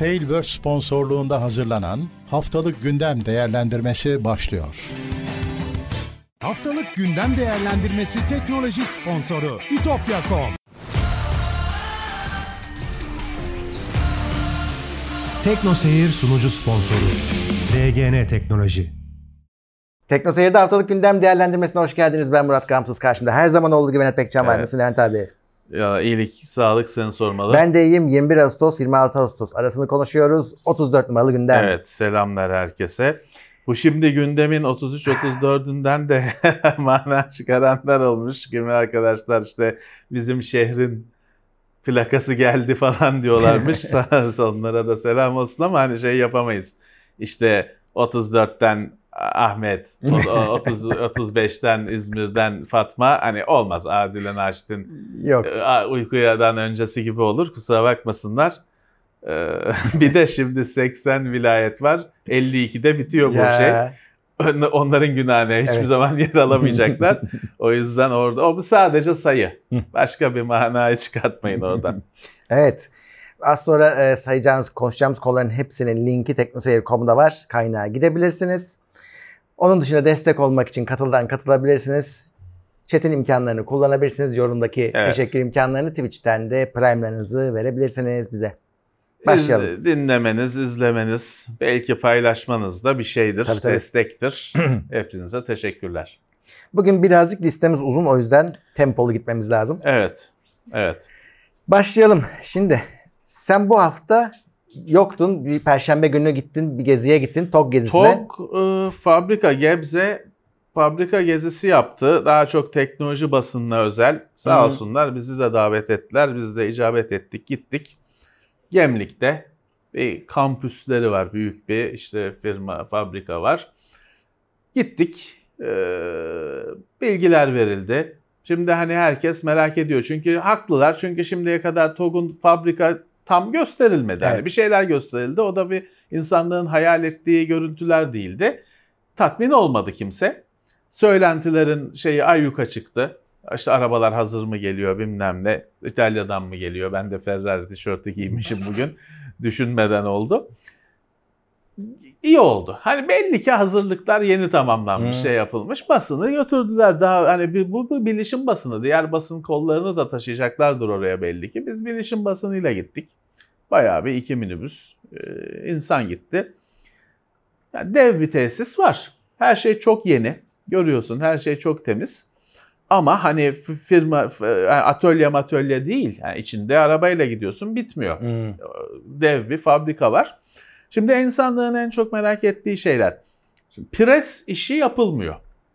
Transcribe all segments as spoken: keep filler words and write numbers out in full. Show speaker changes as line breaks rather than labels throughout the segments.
Tailverse sponsorluğunda hazırlanan Haftalık Gündem Değerlendirmesi başlıyor.
Haftalık Gündem Değerlendirmesi teknoloji sponsoru itopya nokta com. TeknoSeyir sunucu sponsoru D G N Teknoloji.
TeknoSeyir'de Haftalık Gündem Değerlendirmesi'ne hoş geldiniz. Ben Murat Gamsız. Karşımda her zaman olduğu gibi Levent Pekcan var. Evet. Nasılsın Levent abi?
Ya iyilik, sağlık, seni sormalı.
Ben de iyiyim. yirmi bir Ağustos yirmi altı Ağustos arasını konuşuyoruz. otuz dört numaralı gündem.
Evet, selamlar herkese. Bu şimdi gündemin otuz üç otuz dördünden de mana çıkaranlar olmuş. Kimi arkadaşlar işte bizim şehrin plakası geldi falan diyorlarmış. Sağ olsun, onlara da selam olsun ama hani şey yapamayız. İşte otuz dörtten Ahmet, otuz, otuz beşten İzmir'den Fatma, hani olmaz. Adile Naşit'in Yok. uykuyadan öncesi gibi olur. Kusura bakmasınlar. Bir de şimdi seksen vilayet var. elli ikide bitiyor bu ya. şey. Onların günahına hiçbir evet. zaman yer alamayacaklar. O yüzden orada o sadece sayı. Başka bir manayı çıkartmayın oradan.
Evet. Az sonra e, sayacağımız, konuşacağımız konuların hepsinin linki teknoseyir nokta com'da var. Kaynağa gidebilirsiniz. Onun dışında destek olmak için katıldan katılabilirsiniz. Chat'in imkanlarını kullanabilirsiniz. Yorumdaki evet. teşekkür imkanlarını, Twitch'ten de Prime'larınızı verebilirsiniz bize. Başlayalım.
İz, dinlemeniz, izlemeniz, belki paylaşmanız da bir şeydir, tabii, tabii. destektir. Hepinize teşekkürler.
Bugün birazcık listemiz uzun, o yüzden tempolu gitmemiz lazım.
Evet, evet.
Başlayalım. Şimdi sen bu hafta yoktun. Bir Perşembe günü gittin, bir geziye gittin. TOG gezisine.
TOG e, fabrika Gebze fabrika gezisi yaptı. Daha çok teknoloji basınına özel. Sağ Hı-hı. olsunlar bizi de davet ettiler. Biz de icabet ettik, gittik. Gemlik'te bir kampüsleri var. Büyük bir işte firma, fabrika var. Gittik. E, bilgiler verildi. Şimdi hani herkes merak ediyor. Çünkü haklılar. Çünkü şimdiye kadar TOG'un fabrika tam gösterilmedi. Evet. Yani bir şeyler gösterildi. O da bir insanlığın hayal ettiği görüntüler değildi. Tatmin olmadı kimse. Söylentilerin şeyi ayyuka çıktı. İşte arabalar hazır mı geliyor bilmem ne. İtalya'dan mı geliyor? Ben de Ferrari tişörtü giymişim bugün. Düşünmeden oldu. İyi oldu. Hani belli ki hazırlıklar yeni tamamlanmış, hmm. şey yapılmış. Basını götürdüler. Daha hani bu, bu bilişim basını. Diğer basın kollarını da taşıyacaklardır oraya belli ki. Biz bilişim basınıyla gittik. Bayağı bir iki minibüs e, insan gitti. Yani dev bir tesis var. Her şey çok yeni. Görüyorsun, her şey çok temiz. Ama hani firma, atölye matölye değil. Yani içinde arabayla gidiyorsun, bitmiyor. Hmm. Dev bir fabrika var. Şimdi insanlığın en çok merak ettiği şeyler. Şimdi pres işi yapılmıyor.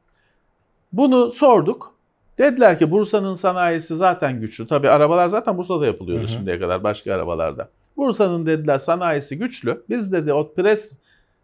Bunu sorduk. Dediler ki Bursa'nın sanayisi zaten güçlü. Tabii arabalar zaten Bursa'da yapılıyordu hı hı. şimdiye kadar, başka arabalarda. Bursa'nın dediler sanayisi güçlü. Biz dedi o pres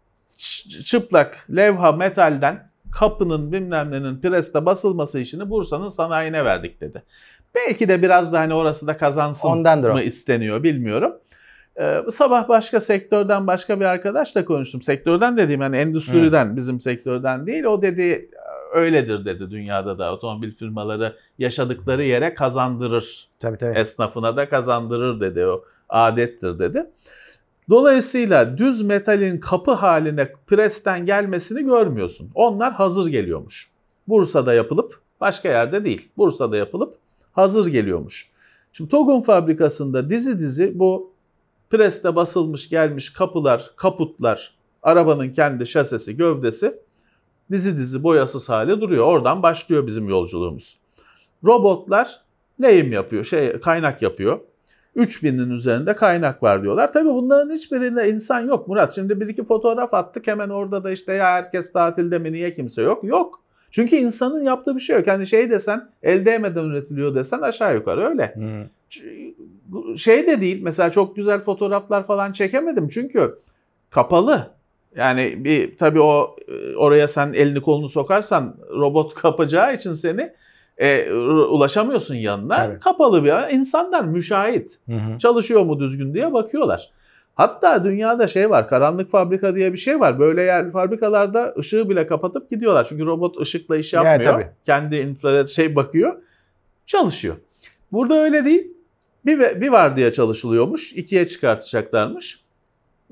çıplak levha metalden kapının bilmem nenin preste basılması işini Bursa'nın sanayine verdik dedi. Belki de biraz da hani orası da kazansın Ondandır mı o. isteniyor bilmiyorum. Ee, sabah başka sektörden başka bir arkadaşla konuştum. Sektörden dediğim yani endüstriden hmm. bizim sektörden değil. O dedi öyledir dedi, dünyada da otomobil firmaları yaşadıkları yere kazandırır. Tabii, tabii. Esnafına da kazandırır dedi, o adettir dedi. Dolayısıyla düz metalin kapı haline presten gelmesini görmüyorsun. Onlar hazır geliyormuş. Bursa'da yapılıp başka yerde değil. Bursa'da yapılıp hazır geliyormuş. Şimdi TOG'un fabrikasında dizi dizi bu preste basılmış gelmiş kapılar, kaputlar, arabanın kendi şasisi, gövdesi dizi dizi boyasız hali duruyor. Oradan başlıyor bizim yolculuğumuz. Robotlar lehim yapıyor, şey kaynak yapıyor. üç binin üzerinde kaynak var diyorlar. Tabii bunların hiçbirinde insan yok Murat. Şimdi bir iki fotoğraf attık hemen orada da işte ya herkes tatilde mi, niye kimse yok? Yok. Çünkü insanın yaptığı bir şey yok. Yani şey desen, el değmeden üretiliyor desen aşağı yukarı öyle. Hmm. Şey de değil mesela, çok güzel fotoğraflar falan çekemedim çünkü kapalı. Yani bir tabii o oraya sen elini kolunu sokarsan robot kapacağı için seni e, ulaşamıyorsun yanına. Evet. Kapalı bir insanlar müşahit. Hı hı. Çalışıyor mu düzgün diye bakıyorlar. Hatta dünyada şey var, karanlık fabrika diye bir şey var. Böyle yer fabrikalarda ışığı bile kapatıp gidiyorlar. Çünkü robot ışıkla iş yapmıyor. Yani, kendi infrared şey bakıyor, çalışıyor. Burada öyle değil. Bir, bir vardiya çalışılıyormuş, ikiye çıkartacaklarmış.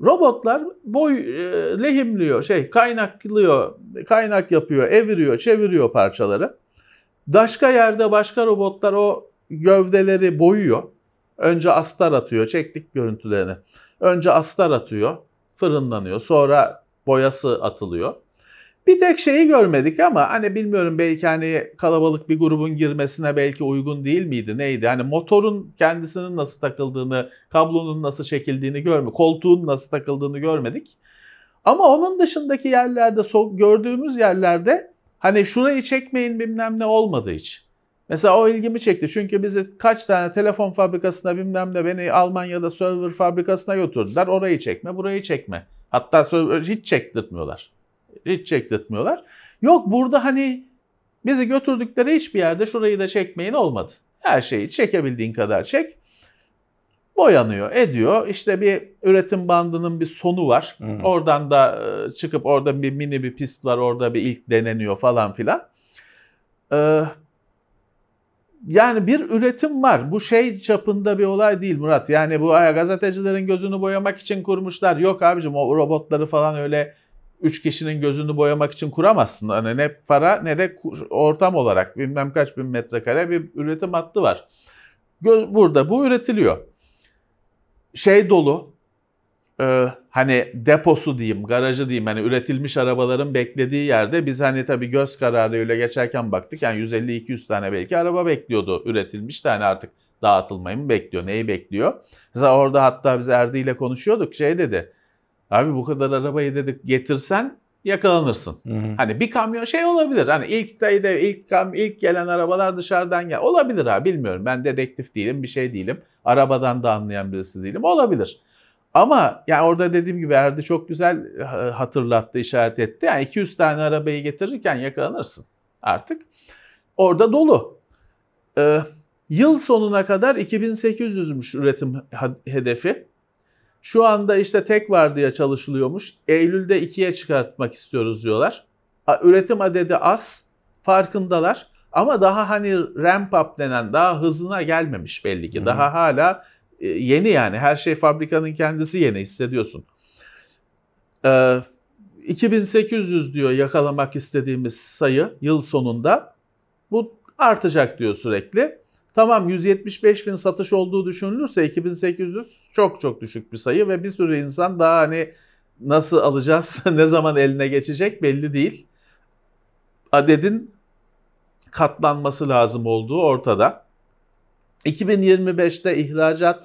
Robotlar boy e, lehimliyor, şey kaynaklıyor, kaynak yapıyor, eviriyor, çeviriyor parçaları. Başka yerde başka robotlar o gövdeleri boyuyor. Önce astar atıyor, çektik görüntülerini. Önce astar atıyor, fırınlanıyor. Sonra boyası atılıyor. Bir tek şeyi görmedik ama hani bilmiyorum, belki hani kalabalık bir grubun girmesine belki uygun değil miydi, neydi? Hani motorun kendisinin nasıl takıldığını, kablonun nasıl çekildiğini görmedik, koltuğun nasıl takıldığını görmedik. Ama onun dışındaki yerlerde, gördüğümüz yerlerde hani şurayı çekmeyin bilmem ne olmadı hiç. Mesela o ilgimi çekti. Çünkü bizi kaç tane telefon fabrikasına bilmem ne, beni Almanya'da server fabrikasına götürdüler. Orayı çekme, burayı çekme. Hatta server hiç çektirtmiyorlar. Hiç çektirtmiyorlar. Yok, burada hani bizi götürdükleri hiçbir yerde şurayı da çekmeyin olmadı. Her şeyi çekebildiğin kadar çek. Boyanıyor, ediyor. İşte bir üretim bandının bir sonu var. Hmm. Oradan da çıkıp orada bir mini bir pist var. Orada bir ilk deneniyor falan filan. Ee, yani bir üretim var. Bu şey çapında bir olay değil Murat. Yani bu gazetecilerin gözünü boyamak için kurmuşlar. Yok abicim, o robotları falan öyle üç kişinin gözünü boyamak için kuramazsın. Hani ne para ne de ortam olarak bilmem kaç bin metrekare bir üretim hattı var. Burada bu üretiliyor. Şey dolu, e, hani deposu diyeyim, garajı diyeyim, hani üretilmiş arabaların beklediği yerde biz hani tabii göz kararıyla geçerken baktık. Yani yüz elli iki yüz tane belki araba bekliyordu üretilmiş, tane artık dağıtılmayı mı bekliyor, neyi bekliyor? Mesela orada hatta biz Erdi ile konuşuyorduk, şey dedi. Abi bu kadar arabayı dedik getirsen yakalanırsın. Hı hı. Hani bir kamyon şey olabilir. Hani ilk sayıda ilk ilk gelen arabalar dışarıdan gel. Olabilir abi, bilmiyorum. Ben dedektif değilim, bir şey değilim. Arabadan da anlayan birisi değilim. Olabilir. Ama yani orada dediğim gibi Erdi çok güzel hatırlattı, işaret etti. Yani iki yüz tane arabayı getirirken yakalanırsın artık. Orada dolu. Ee, yıl sonuna kadar iki bin sekiz yüzmüş üretim hedefi. Şu anda işte tek vardiya çalışılıyormuş. Eylül'de ikiye çıkartmak istiyoruz diyorlar. Üretim adedi az, farkındalar. Ama daha hani ramp up denen, daha hızına gelmemiş belli ki. Hmm. Daha hala yeni, yani her şey fabrikanın kendisi yeni, hissediyorsun. Ee, iki bin sekiz yüz diyor yakalamak istediğimiz sayı yıl sonunda. Bu artacak diyor sürekli. Tamam, yüz yetmiş beş bin satış olduğu düşünülürse iki bin sekiz yüz çok çok düşük bir sayı ve bir sürü insan daha hani nasıl alacağız, ne zaman eline geçecek belli değil. Adedin katlanması lazım olduğu ortada. iki bin yirmi beşte ihracat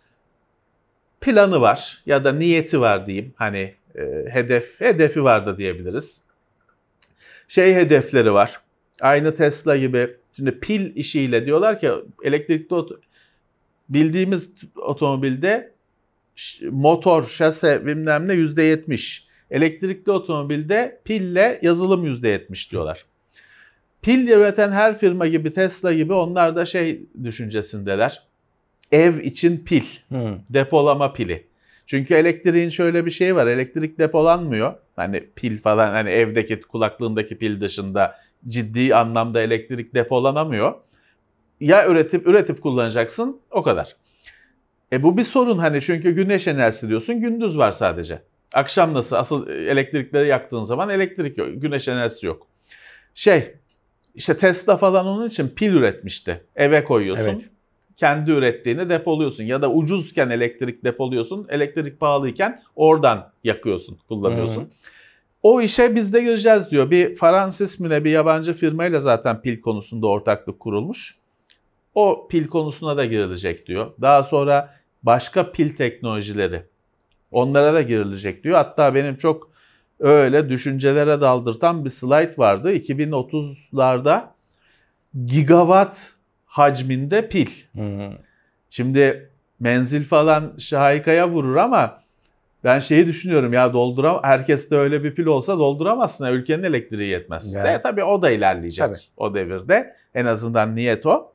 planı var ya da niyeti var diyeyim. Hani e, hedef hedefi var da diyebiliriz. Şey hedefleri var. Aynı Tesla gibi. Şimdi pil işiyle diyorlar ki elektrikli oto, bildiğimiz otomobilde motor, şase bilmem ne yüzde yetmiş. Elektrikli otomobilde pille yazılım yüzde yetmiş diyorlar. Pil üreten her firma gibi, Tesla gibi, onlar da şey düşüncesindeler. Ev için pil, hmm. depolama pili. Çünkü elektriğin şöyle bir şeyi var. Elektrik depolanmıyor. Hani pil falan, hani evdeki kulaklığındaki pil dışında ciddi anlamda elektrik depolanamıyor. Ya üretip üretip kullanacaksın, o kadar. E bu bir sorun hani, çünkü güneş enerjisi diyorsun, gündüz var sadece. Akşam nasıl, asıl elektrikleri yaktığın zaman elektrik yok, güneş enerjisi yok. Şey, işte Tesla falan onun için pil üretmişti. Eve koyuyorsun. Evet. Kendi ürettiğini depoluyorsun ya da ucuzken elektrik depoluyorsun, elektrik pahalıyken oradan yakıyorsun, kullanıyorsun. Hmm. O işe biz de gireceğiz diyor. Bir Fransız mı ne, bir yabancı firmayla zaten pil konusunda ortaklık kurulmuş. O pil konusuna da girilecek diyor. Daha sonra başka pil teknolojileri, onlara da girilecek diyor. Hatta benim çok öyle düşüncelere daldırtan bir slide vardı. iki bin otuzlarda gigawatt hacminde pil. Hmm. Şimdi menzil falan şahikaya vurur ama ben şeyi düşünüyorum ya, dolduram herkes de öyle bir pil olsa dolduramazsın. Ya, ülkenin elektriği yetmez. Yani. De, tabii o da ilerleyecek tabii. O devirde. En azından niyet o.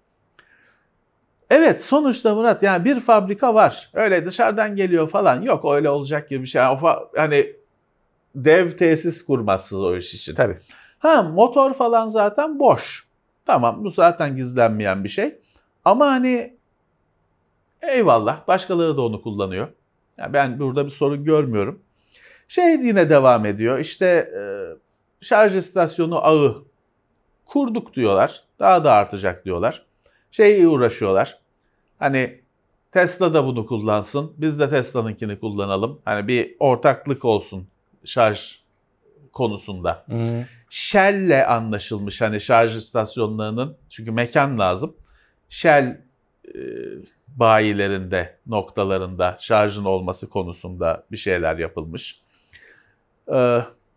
Evet, sonuçta Murat, yani bir fabrika var. Öyle dışarıdan geliyor falan. Yok öyle olacak gibi bir şey. Yani, hani dev tesis kurmazsınız o iş için.
Tabii.
Ha, motor falan zaten boş. Tamam, bu zaten gizlenmeyen bir şey. Ama hani eyvallah, başkaları da onu kullanıyor. Yani ben burada bir sorun görmüyorum. Şey yine devam ediyor. İşte e, şarj istasyonu ağı kurduk diyorlar. Daha da artacak diyorlar. Şey uğraşıyorlar. Hani Tesla da bunu kullansın. Biz de Tesla'nınkini kullanalım. Hani bir ortaklık olsun şarj konusunda.
Hı.
Shell'le anlaşılmış hani şarj istasyonlarının, çünkü mekan lazım. Shell e, bayilerinde, noktalarında şarjın olması konusunda bir şeyler yapılmış. Ee,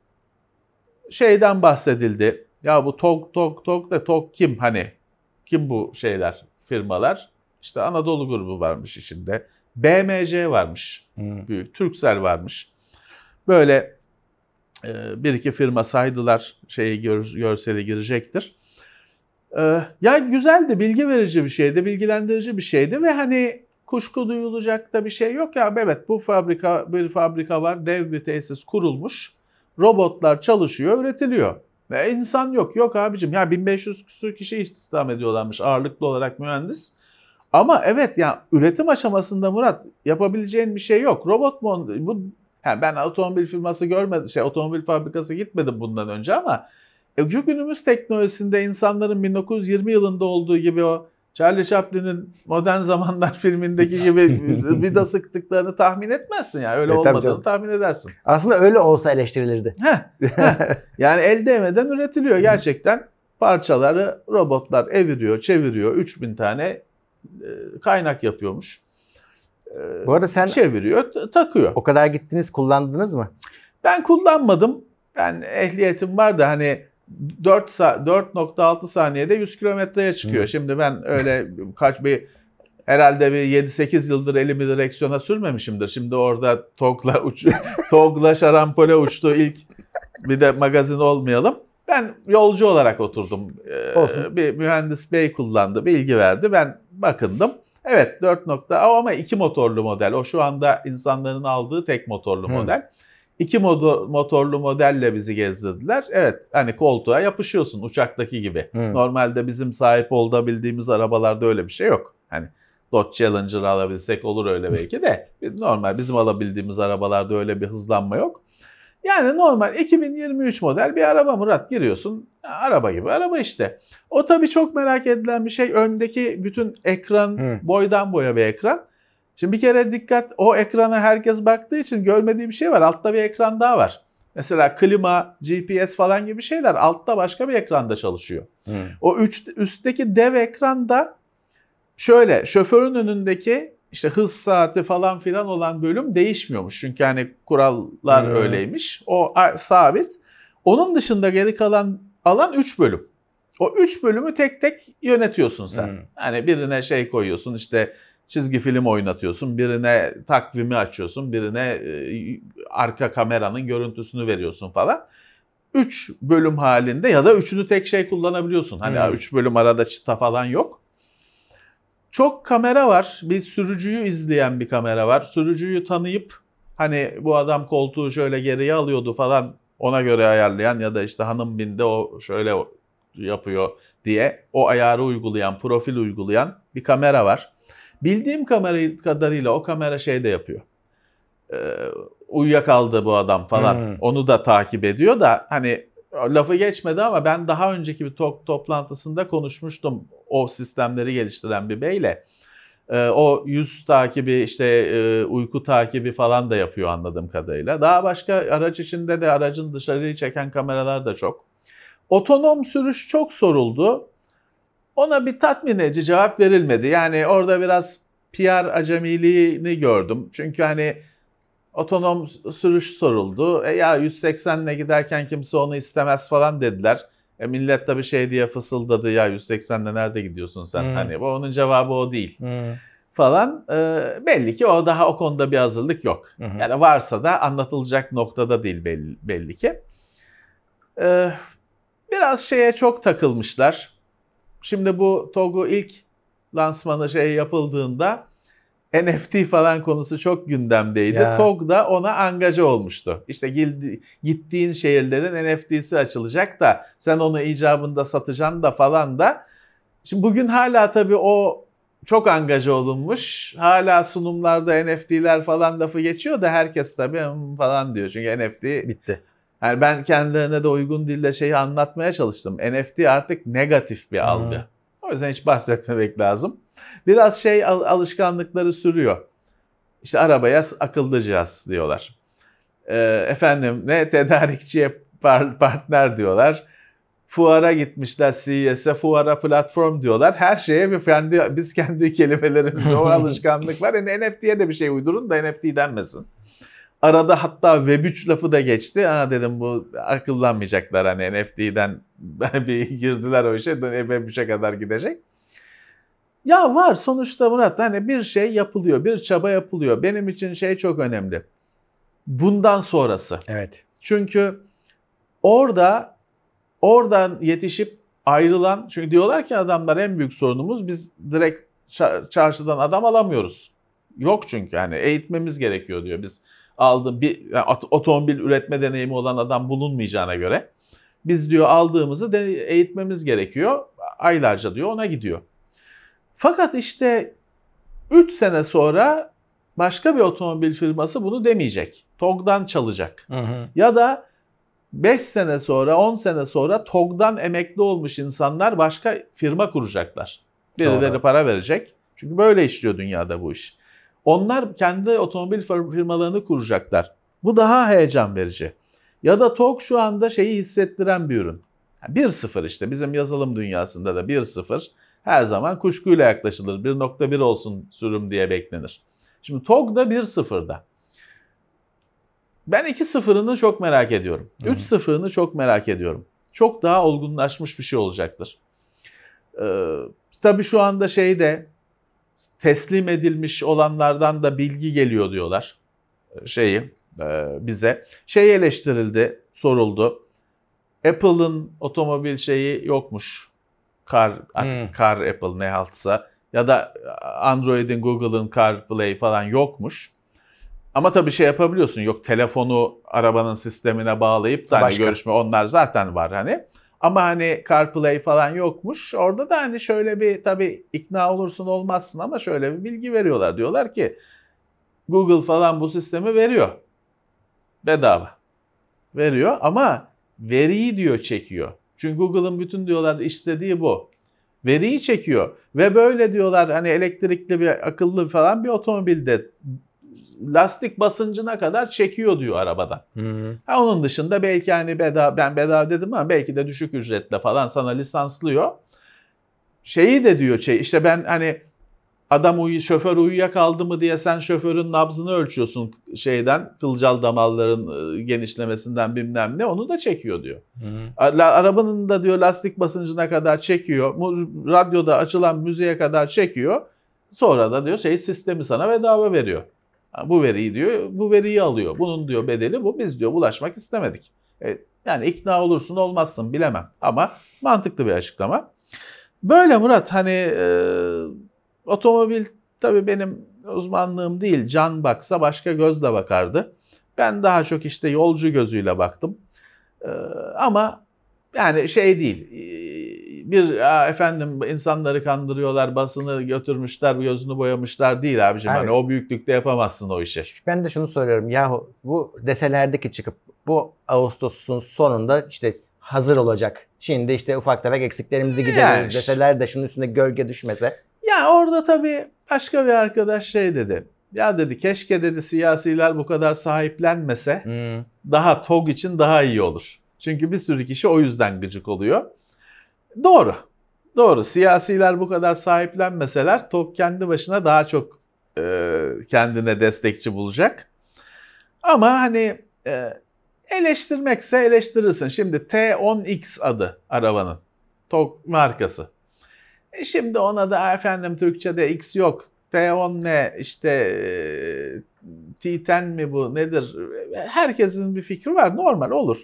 şeyden bahsedildi. Ya bu TOG, TOG, TOG da TOG kim hani? Kim bu şeyler, firmalar? İşte Anadolu grubu varmış içinde. B M C varmış.
Hı.
Büyük. Turkcell varmış. Böyle e, bir iki firma saydılar. Şeyi gör, görseli girecektir. Ee, ya güzeldi, bilgi verici bir şeydi, bilgilendirici bir şeydi ve hani kuşku duyulacak da bir şey yok ya. Evet, bu fabrika bir fabrika var, dev bir tesis kurulmuş, robotlar çalışıyor, üretiliyor. Ve insan yok, yok abicim ya bin beş yüz küsur kişi istihdam ediyorlarmış ağırlıklı olarak mühendis. Ama evet ya üretim aşamasında Murat yapabileceğin bir şey yok. Robot mu bu? Yani ben otomobil firması görmedim, şey otomobil fabrikası gitmedim bundan önce ama E, günümüz teknolojisinde insanların bin dokuz yüz yirmi yılında olduğu gibi o Charlie Chaplin'in Modern Zamanlar filmindeki gibi vida sıktıklarını tahmin etmezsin yani. Öyle
E,
olmadığını tahmin edersin.
Aslında öyle olsa eleştirilirdi.
Heh, heh. Yani el değmeden üretiliyor gerçekten. Parçaları robotlar eviriyor, çeviriyor. üç bin tane e, kaynak yapıyormuş. E,
Bu arada sen
çeviriyor, t- takıyor.
o kadar gittiniz, kullandınız mı?
Ben kullanmadım. Ben ehliyetim var da hani dört nokta altı saniyede yüz kilometreye çıkıyor. Hı. Şimdi ben öyle kaç bir herhalde bir yedi sekiz yıldır elimi direksiyona sürmemişimdir. Şimdi orada TOG'la uç TOG'la şarampole uçtu ilk, bir de magazin olmayalım. Ben yolcu olarak oturdum. Ee, bir mühendis bey kullandı, bilgi verdi. Ben bakındım. Evet dört nokta ama iki motorlu model. O şu anda insanların aldığı tek motorlu Hı. model. İki motor, motorlu modelle bizi gezdirdiler. Evet hani koltuğa yapışıyorsun uçaktaki gibi. Hmm. Normalde bizim sahip olabildiğimiz arabalarda öyle bir şey yok. Hani Dodge Challenger'ı alabilsek olur öyle belki de. Normal bizim alabildiğimiz arabalarda öyle bir hızlanma yok. Yani normal iki bin yirmi üç model bir araba Murat, giriyorsun. Araba gibi araba işte. O tabii çok merak edilen bir şey. Öndeki bütün ekran hmm. boydan boya bir ekran. Şimdi bir kere dikkat, o ekrana herkes baktığı için görmediği bir şey var. Altta bir ekran daha var. Mesela klima, G P S falan gibi şeyler altta başka bir ekranda çalışıyor. Hmm. O üç, üstteki dev ekranda şöyle şoförün önündeki işte hız saati falan filan olan bölüm değişmiyormuş. Çünkü hani kurallar hmm. öyleymiş. O sabit. Onun dışında geri kalan alan üç bölüm. O üç bölümü tek tek yönetiyorsun sen. Hmm. Hani birine şey koyuyorsun işte çizgi film oynatıyorsun, birine takvimi açıyorsun, birine e, arka kameranın görüntüsünü veriyorsun falan. Üç bölüm halinde ya da üçünü tek şey kullanabiliyorsun. Hani hmm. üç bölüm arada çıta falan yok. Çok kamera var. Bir sürücüyü izleyen bir kamera var. Sürücüyü tanıyıp hani bu adam koltuğu şöyle geriye alıyordu falan ona göre ayarlayan ya da işte hanım bindi o şöyle yapıyor diye o ayarı uygulayan, profil uygulayan bir kamera var. Bildiğim kadarıyla o kamera şey de yapıyor. Ee, uyuyakaldı bu adam falan. Hmm. Onu da takip ediyor da hani lafı geçmedi ama ben daha önceki bir to- toplantısında konuşmuştum o sistemleri geliştiren bir beyle. Ee, o yüz takibi işte e, uyku takibi falan da yapıyor anladığım kadarıyla. Daha başka araç içinde de aracın dışarıyı çeken kameralar da çok. Otonom sürüş çok soruldu. Ona bir tatmin edici cevap verilmedi. Yani orada biraz P R acemiliğini gördüm. Çünkü hani otonom sürüş soruldu. E ya yüz seksenle giderken kimse onu istemez falan dediler. E millet tabii şey diye fısıldadı ya yüz seksenle nerede gidiyorsun sen? Hmm. Hani bu onun cevabı o değil. Hmm. Falan. E, belli ki o daha o konuda bir hazırlık yok. Hmm. Yani varsa da anlatılacak noktada değil belli, belli ki. E, biraz şeye çok takılmışlar. Şimdi bu TOG'u ilk lansmanı şey yapıldığında N F T falan konusu çok gündemdeydi. Ya. TOG da ona angaja olmuştu. İşte gittiğin şehirlerin N F T'si açılacak da sen onu icabında satacaksın da falan da. Şimdi bugün hala tabii o çok angaja olunmuş. Hala sunumlarda N F T'ler falan lafı geçiyor da herkes tabii falan diyor. Çünkü N F T
bitti.
Yani ben kendilerine de uygun dille şeyi anlatmaya çalıştım. N F T artık negatif bir algı. Hmm. O yüzden hiç bahsetmemek lazım. Biraz şey alışkanlıkları sürüyor. İşte arabaya akıllı cihaz diyorlar. Ee, efendim ne tedarikçiye partner diyorlar. Fuara gitmişler C E S'e, fuara platform diyorlar. Her şeye bir kendi, biz kendi kelimelerimize o alışkanlık var. Yani N F T'ye de bir şey uydurun da N F T denmesin. Arada hatta Web üç lafı da geçti. Aa dedim bu akıllanmayacaklar hani N F T'den bir girdiler o işe. Web üçe kadar gidecek. Ya var sonuçta Murat hani bir şey yapılıyor, bir çaba yapılıyor. Benim için şey çok önemli. Bundan sonrası.
Evet.
Çünkü orada oradan yetişip ayrılan, çünkü diyorlar ki adamlar en büyük sorunumuz biz direkt çarşıdan adam alamıyoruz. Yok çünkü hani eğitmemiz gerekiyor diyor. Biz aldım bir yani otomobil üretme deneyimi olan adam bulunmayacağına göre biz diyor aldığımızı de eğitmemiz gerekiyor. Aylarca diyor ona gidiyor. Fakat işte üç sene sonra başka bir otomobil firması bunu demeyecek. T O G'dan çalacak. Hı hı. Ya da beş sene sonra, on sene sonra T O G'dan emekli olmuş insanlar başka firma kuracaklar. Birileri Doğru. para verecek. Çünkü böyle işliyor dünyada bu iş. Onlar kendi otomobil firmalarını kuracaklar. Bu daha heyecan verici. Ya da T O G şu anda şeyi hissettiren bir ürün. bir sıfır işte bizim yazılım dünyasında da bir sıfır her zaman kuşkuyla yaklaşılır. bir nokta bir olsun sürüm diye beklenir. Şimdi T O G da bir sıfırda. Ben iki sıfırını çok merak ediyorum. Hı. üç sıfırını çok merak ediyorum. Çok daha olgunlaşmış bir şey olacaktır. Ee, tabii şu anda şeyde teslim edilmiş olanlardan da bilgi geliyor diyorlar şeyi e, bize. Şey eleştirildi, soruldu. Apple'ın otomobil şeyi yokmuş. Car, hmm. Car Apple ne haltsa ya da Android'in, Google'ın CarPlay falan yokmuş. Ama tabii şey yapabiliyorsun. Yok telefonu arabanın sistemine bağlayıp da hani görüşme onlar zaten var hani. Ama hani CarPlay falan yokmuş. Orada da hani şöyle bir tabii ikna olursun olmazsın ama şöyle bir bilgi veriyorlar. Diyorlar ki Google falan bu sistemi veriyor. Bedava. Veriyor ama veriyi diyor çekiyor. Çünkü Google'ın bütün diyorlar istediği bu. Veriyi çekiyor. Ve böyle diyorlar hani elektrikli bir akıllı falan bir otomobilde lastik basıncına kadar çekiyor diyor arabadan. Hı-hı. Ha, onun dışında belki hani bedava, ben bedava dedim ama belki de düşük ücretle falan sana lisanslıyor. Şeyi de diyor şey işte ben hani adam uyu, şoför uyuyakaldı mı diye sen şoförün nabzını ölçüyorsun şeyden kılcal damarların genişlemesinden bilmem ne onu da çekiyor diyor. Hı-hı. Arabanın da diyor lastik basıncına kadar çekiyor. Radyoda açılan müziğe kadar çekiyor. Sonra da diyor şey sistemi sana bedava veriyor. Bu veriyi diyor, bu veriyi alıyor. Bunun diyor bedeli bu. Biz diyor bulaşmak istemedik. E, yani ikna olursun olmazsın bilemem. Ama mantıklı bir açıklama. Böyle Murat hani e, otomobil tabii benim uzmanlığım değil. Can baksa başka gözle bakardı. Ben daha çok işte yolcu gözüyle baktım. E, ama yani şey değil. Bir efendim insanları kandırıyorlar, basını götürmüşler, gözünü boyamışlar değil abicim. Evet. Hani o büyüklükte yapamazsın o işi.
Ben de şunu soruyorum. Yahu bu deselerdi ki çıkıp bu Ağustos'un sonunda işte hazır olacak. Şimdi işte ufak tefek eksiklerimizi gideriyoruz yani, deseler de şunun üstünde gölge düşmese.
Ya orada tabii başka bir arkadaş şey dedi. Ya dedi keşke dedi siyasiler bu kadar sahiplenmese hmm. daha T O G için daha iyi olur. Çünkü bir sürü kişi o yüzden gıcık oluyor. Doğru. Doğru. Siyasiler bu kadar sahiplenmeseler T O G kendi başına daha çok e, kendine destekçi bulacak. Ama hani e, eleştirmekse eleştirirsin. Şimdi T on X adı arabanın. T O G markası. E şimdi ona da efendim Türkçe'de X yok. T on ne işte e, T on mi bu nedir? Herkesin bir fikri var. Normal olur.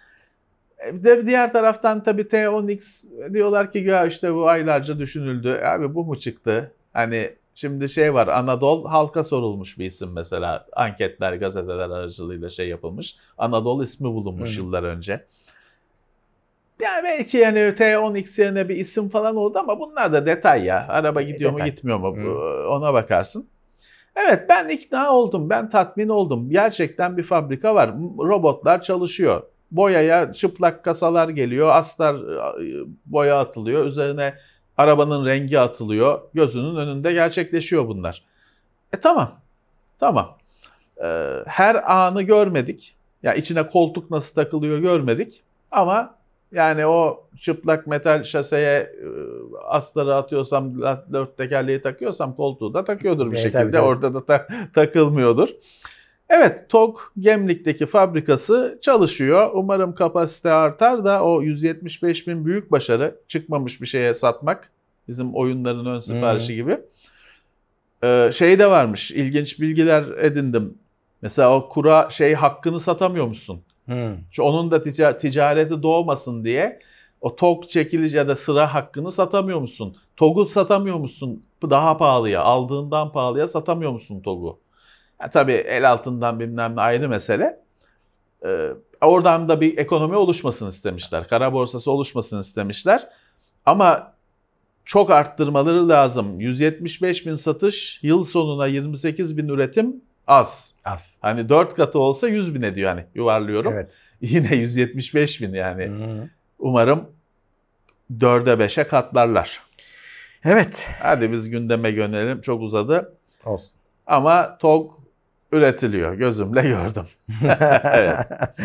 Diğer taraftan tabii T on X diyorlar ki ya işte bu aylarca düşünüldü. Abi bu mu çıktı? Hani şimdi şey var Anadolu halka sorulmuş bir isim mesela. Anketler, gazeteler aracılığıyla şey yapılmış. Anadolu ismi bulunmuş Hı. yıllar önce. Yani belki yani T on X yerine bir isim falan oldu ama bunlar da detay ya. Araba gidiyor
Detay.
mu gitmiyor mu
Hmm.
ona bakarsın. Evet, ben ikna oldum, ben tatmin oldum. Gerçekten bir fabrika var. Robotlar çalışıyor. Boyaya çıplak kasalar geliyor, astar boya atılıyor, üzerine arabanın rengi atılıyor. Gözünün önünde gerçekleşiyor bunlar. E tamam, tamam. Ee, her anı görmedik. Ya yani içine koltuk nasıl takılıyor görmedik. Ama yani o çıplak metal şaseye astarı atıyorsam, dört tekerleği takıyorsam koltuğu da takıyordur bir
Evet,
şekilde.
tabii, tabii.
Orada da ta- takılmıyordur. Evet, T O G Gemlik'teki fabrikası çalışıyor. Umarım kapasite artar da o yüz yetmiş beş bin büyük başarı, çıkmamış bir şeye satmak. Bizim oyunların ön siparişi hmm. gibi. Ee, şey de varmış, ilginç bilgiler edindim. Mesela o kura şey hakkını satamıyor musun? Hmm. Şu onun da tica- ticareti doğmasın diye o T O G çekilici ya da sıra hakkını satamıyor musun? T O G'u satamıyor musun? Daha pahalıya, aldığından pahalıya satamıyor musun T O G'u? Yani tabii el altından bilmem ne ayrı mesele. Ee, oradan da bir ekonomi oluşmasını istemişler. Kara borsası oluşmasını istemişler. Ama çok arttırmaları lazım. yüz yetmiş beş bin satış, yıl sonuna yirmi sekiz bin üretim az.
Az.
Hani dört katı olsa yüz bin ediyor hani yuvarlıyorum.
Evet.
Yine yüz yetmiş beş bin yani.
Hı-hı.
Umarım dörde beşe katlarlar.
Evet.
Hadi biz gündeme gönelim. Çok uzadı.
Olsun.
Ama T O G üretiliyor. Gözümle gördüm. Evet.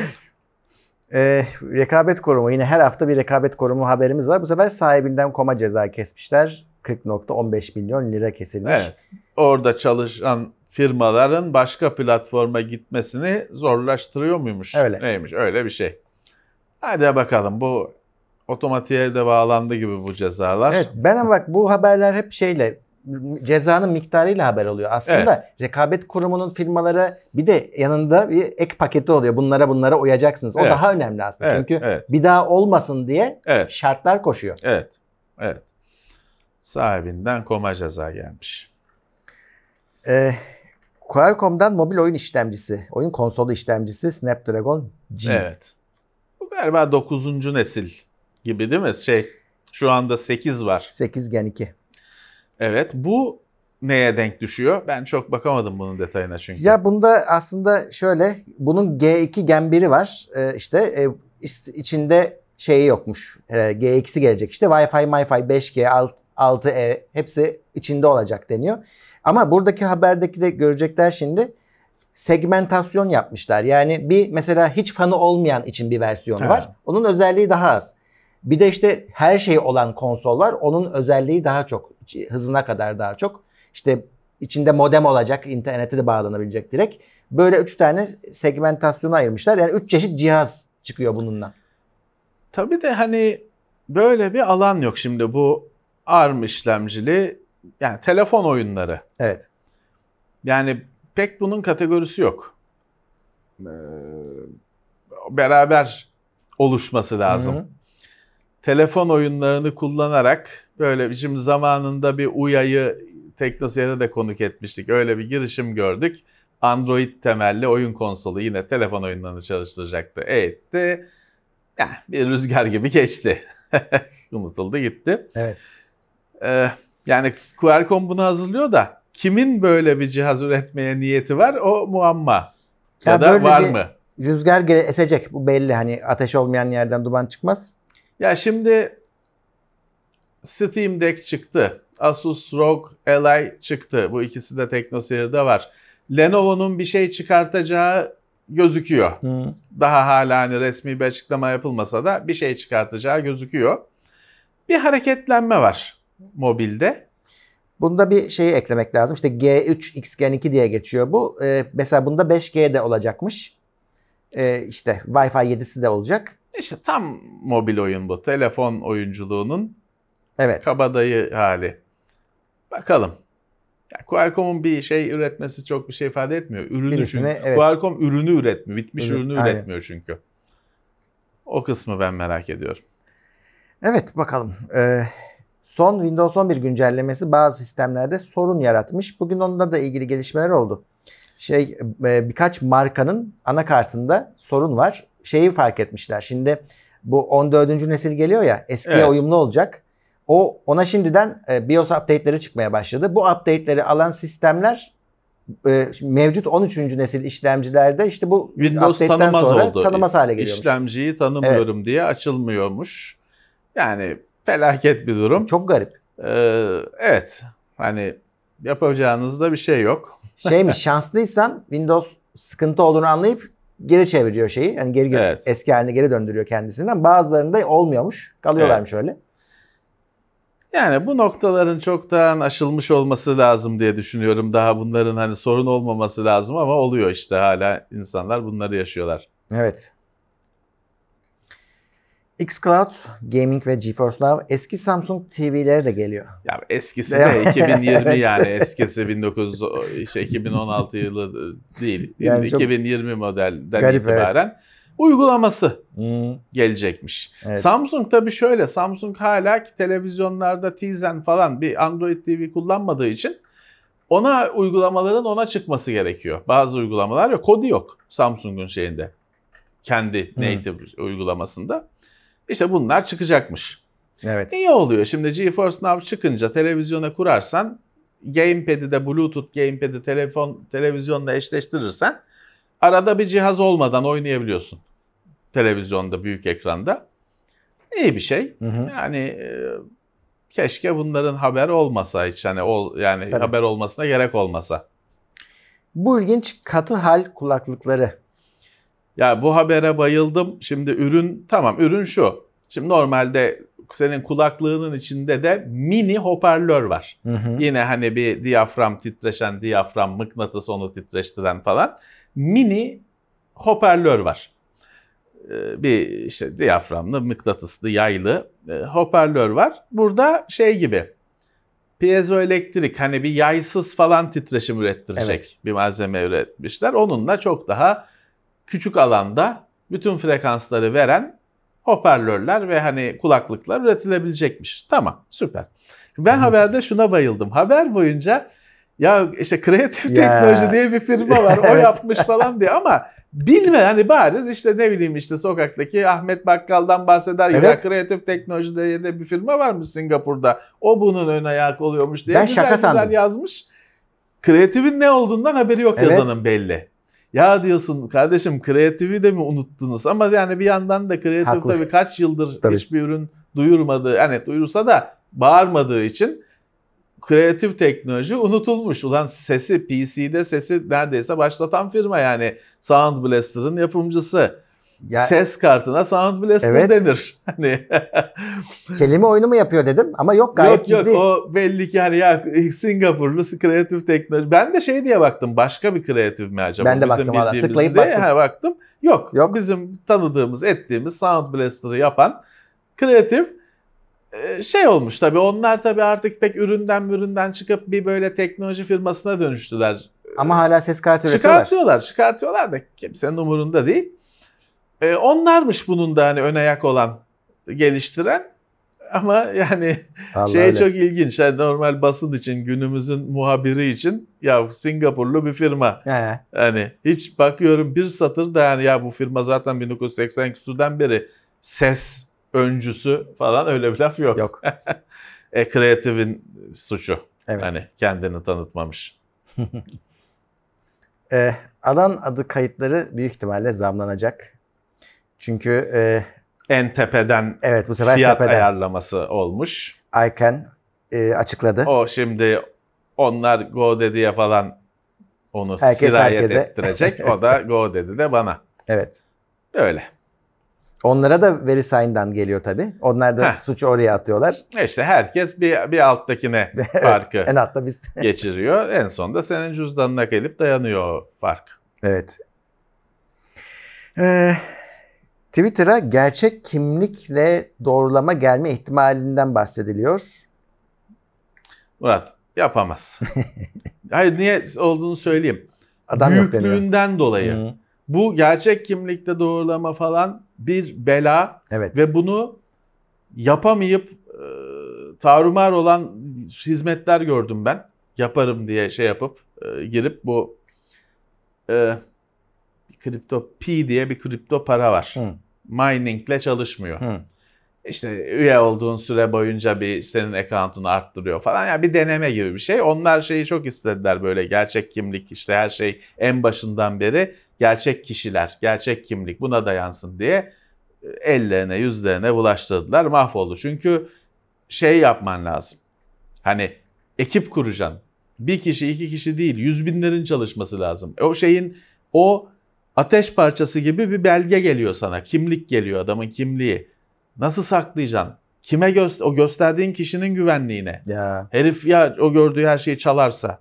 E, rekabet korumu. Yine her hafta bir rekabet korumu haberimiz var. Bu sefer sahibinden koma ceza kesmişler. kırk nokta on beş milyon lira kesilmiş.
Evet. Orada çalışan firmaların başka platforma gitmesini zorlaştırıyor muymuş?
Öyle.
Neymiş? Öyle bir şey. Hadi bakalım, bu otomatiğe de bağlandı gibi bu cezalar.
Evet, ben ama bak bu haberler hep şeyle, cezanın miktarıyla haber oluyor. Aslında evet. Rekabet kurumunun firmalara bir de yanında bir ek paketi oluyor. Bunlara bunlara uyacaksınız. O evet. daha önemli aslında. Evet, Çünkü evet. bir daha olmasın diye evet. şartlar koşuyor.
Evet. Evet. Sahibinden koma ceza gelmiş.
Ee, Qualcomm'dan mobil oyun işlemcisi, oyun konsolu işlemcisi Snapdragon G.
Evet. Bu galiba dokuzuncu nesil gibi değil mi? Şey, şu anda sekiz var.
sekiz Gen iki.
Evet. Bu neye denk düşüyor? Ben çok bakamadım bunun detayına çünkü.
Ya bunda aslında şöyle, bunun G iki Gen biri var. Ee, işte e, içinde şeyi yokmuş. E, G ikisi gelecek işte. Wi-Fi, Wi-Fi, beş G, altı E hepsi içinde olacak deniyor. Ama buradaki haberdeki de görecekler şimdi. Segmentasyon yapmışlar. Yani bir mesela hiç fanı olmayan için bir versiyonu var. Ha. Onun özelliği daha az. Bir de işte her şey olan konsol var. Onun özelliği daha çok. Hızına kadar daha çok. İşte içinde modem olacak. İnternete de bağlanabilecek direkt. Böyle üç tane segmentasyona ayırmışlar. Yani üç çeşit cihaz çıkıyor bununla.
Tabii de hani böyle bir alan yok şimdi bu A R M işlemcili, yani telefon oyunları.
Evet.
Yani pek bunun kategorisi yok. Ee, beraber oluşması lazım. Hı-hı. Telefon oyunlarını kullanarak böyle, şimdi zamanında bir Uya'yı Teknoseyir'de de konuk etmiştik. Öyle bir girişim gördük. Android temelli oyun konsolu yine telefon oyunlarını çalıştıracaktı. Etti. Yani bir rüzgar gibi geçti. Unutuldu gitti.
Evet.
Ee, yani Qualcomm bunu hazırlıyor da kimin böyle bir cihaz üretmeye niyeti var o muamma. Ya, ya da var mı?
Rüzgar esecek, bu belli. Hani ateş olmayan yerden duman çıkmaz.
Ya şimdi Steam Deck çıktı. Asus R O G Ally çıktı. Bu ikisi de Teknoseyir'de var. Lenovo'nun bir şey çıkartacağı gözüküyor. Hı. Daha hala hani resmi bir açıklama yapılmasa da bir şey çıkartacağı gözüküyor. Bir hareketlenme var mobilde.
Bunda bir şeyi eklemek lazım. İşte G üç X Gen iki diye geçiyor bu. Ee, mesela bunda beş G de olacakmış. Ee, işte Wi-Fi yedisi de olacak.
İşte tam mobil oyun bu. Telefon oyunculuğunun
evet.
kabadayı hali. Bakalım. Yani Qualcomm'un bir şey üretmesi çok bir şey ifade etmiyor. Ürünü Birisini, çünkü. Evet. Qualcomm ürünü üretmiyor. Bitmiş Ürün, ürünü aynen. üretmiyor çünkü. O kısmı ben merak ediyorum.
Evet bakalım. Ee, son Windows on bir güncellemesi bazı sistemlerde sorun yaratmış. Bugün onunla da ilgili gelişmeler oldu. Şey e, birkaç markanın anakartında sorun var. Şeyi fark etmişler. Şimdi Bu on dördüncü nesil geliyor ya, eskiye
Evet.
uyumlu olacak. O ona şimdiden e, BIOS update'leri çıkmaya başladı. Bu update'leri alan sistemler e, mevcut on üçüncü nesil işlemcilerde işte bu
Windows
update'ten
tanımaz
sonra
oldu.
tanımaz hale geliyormuş.
İşlemciyi tanımıyorum diye açılmıyormuş. Yani felaket bir durum.
Çok garip.
Ee, evet. Hani yapacağınız da bir şey yok.
Şeymiş, şanslıysan Windows sıkıntı olduğunu anlayıp geri çeviriyor şeyi. Yani geri
Evet.
eski haline geri döndürüyor kendisinden. Bazılarında olmuyormuş. Kalıyorlarmış öyle.
Yani bu noktaların çoktan aşılmış olması lazım diye düşünüyorum. Daha bunların hani sorun olmaması lazım ama oluyor işte, hala insanlar bunları yaşıyorlar.
Evet. xCloud Gaming ve GeForce Now eski Samsung T V'lere de geliyor.
Ya eskisi de iki bin yirmi
Evet.
yani eskisi bin dokuz yüz şey iki bin on altı yılı değil.
Yani çok
iki bin yirmi modelden
garip,
itibaren uygulaması
Hmm,
gelecekmiş.
Evet.
Samsung tabii şöyle, Samsung hala ki televizyonlarda Tizen falan bir Android T V kullanmadığı için ona uygulamaların ona çıkması gerekiyor. Bazı uygulamalar yok. Kodu yok Samsung'un şeyinde. Kendi
Hmm.
native uygulamasında. İşte bunlar çıkacakmış.
Evet.
İyi oluyor. Şimdi GeForce Now çıkınca televizyona kurarsan, Gamepad'i de Bluetooth Gamepad'i telefon televizyonla eşleştirirsen arada bir cihaz olmadan oynayabiliyorsun. Televizyonda, büyük ekranda. İyi bir şey.
Hı hı.
Yani e, keşke bunların haber olmasa hiç, hani ol, yani
Tabii.
haber olmasına gerek olmasa.
Bu ilginç katı hal kulaklıkları.
Ya bu habere bayıldım. Şimdi ürün, tamam, ürün şu. Şimdi normalde senin kulaklığının içinde de mini hoparlör var.
Hı hı.
Yine hani bir diyafram, titreşen diyafram, mıknatıs onu titreştiren falan. Mini hoparlör var. Ee, bir işte diyaframlı, mıknatıslı, yaylı e, hoparlör var. Burada şey gibi, piezoelektrik, hani bir yaysız falan titreşim ürettirecek
Evet.
bir malzeme üretmişler. Onunla çok daha küçük alanda bütün frekansları veren hoparlörler ve hani kulaklıklar üretilebilecekmiş. Tamam, süper. Ben haberde şuna bayıldım. Haber boyunca ya işte Creative
Ya.
Technology diye bir firma var, o
Evet.
yapmış falan diye, ama bilme hani bariz işte ne bileyim işte sokaktaki Ahmet Bakkal'dan bahseder gibi,
Evet.
ya Creative Technology diye de bir firma varmış Singapur'da, o bunun ön ayak oluyormuş diye
Ben
güzel
şaka
güzel
sandım.
yazmış. Creative'in ne olduğundan haberi yok
Evet.
yazanın belli. Ya diyorsun kardeşim, Creative'i de mi unuttunuz? Ama yani bir yandan da Creative
Haklı.
tabii kaç yıldır
Tabii.
hiçbir ürün duyurmadığı, hani duyursa da bağırmadığı için Creative Technology unutulmuş. Ulan sesi, P C'de sesi neredeyse başlatan firma yani. Sound Blaster'ın yapımcısı.
Ya,
Ses kartına Sound Blaster
Evet.
denir. Hani
kelime oyunu mu yapıyor dedim ama yok, gayet
yok
ciddi.
yok, o belli ki hani ya Singapurlu Creative Technology. Ben de şey diye baktım, başka bir Creative mi acaba?
Ben de
Bizim
baktım valla,
bildiğimiz
tıklayıp
diye.
baktım.
Ha, baktım. Yok,
Yok.
bizim tanıdığımız, ettiğimiz Sound Blaster'ı yapan Creative e, şey olmuş tabii. Onlar tabii artık pek üründen üründen çıkıp bir böyle teknoloji firmasına dönüştüler.
Ama hala ses kartı üretiyorlar.
Çıkartıyorlar, çıkartıyorlar da kimsenin umurunda değil. E, onlarmış bunun da hani ön ayak olan, geliştiren. Ama yani
Vallahi
şey
öyle.
çok ilginç. Yani normal basın için, günümüzün muhabiri için ya Singapurlu bir firma.
He.
Hani hiç bakıyorum bir satır da yani ya bu firma zaten bin dokuz yüz seksen küsürden beri ses öncüsü falan, öyle bir laf yok.
Yok.
e Creative'in suçu.
Evet.
Hani kendini tanıtmamış.
Ee, alan adı kayıtları büyük ihtimalle zamlanacak. Çünkü e,
En tepeden
evet, bu sefer
fiyat
tepeden
ayarlaması olmuş.
Ayken e, açıkladı.
O şimdi onlar Go Daddy'ye falan onu
Herkes
sirayet
herkese.
ettirecek. O da Go Daddy de bana.
Evet.
Öyle.
Onlara da VeriSign'dan geliyor tabii. Onlar da
Heh.
suçu oraya atıyorlar.
İşte herkes bir, bir alttakine
Evet,
farkı
en altta biz.
geçiriyor. En sonunda senin cüzdanına gelip dayanıyor o fark.
Evet. Ee, Twitter'a gerçek kimlikle doğrulama gelme ihtimalinden bahsediliyor.
Murat yapamaz. Hayır, niye olduğunu söyleyeyim.
Adam yok deniyor.
Büyüklüğünden dolayı.
Hı.
Bu gerçek kimlikle doğrulama falan bir bela
Evet.
ve bunu yapamayıp e, tarumar olan hizmetler gördüm ben. Yaparım diye şey yapıp e, girip bu e, kripto Pi diye bir kripto para var.
Hı.
miningle çalışmıyor.
Hı.
İşte üye olduğun süre boyunca bir senin account'unu arttırıyor falan. Yani bir deneme gibi bir şey. Onlar şeyi çok istediler, böyle gerçek kimlik, işte her şey en başından beri gerçek kişiler, gerçek kimlik buna dayansın diye ellerine yüzlerine bulaştırdılar, mahvoldu. Çünkü şey yapman lazım. Hani ekip kuracaksın. Bir kişi iki kişi değil, yüz binlerin çalışması lazım. O şeyin o ateş parçası gibi bir belge geliyor sana. Kimlik geliyor, adamın kimliği. Nasıl saklayacaksın? Kime göster o gösterdiğin kişinin güvenliğine.
Ya.
Herif ya o gördüğü her şeyi çalarsa.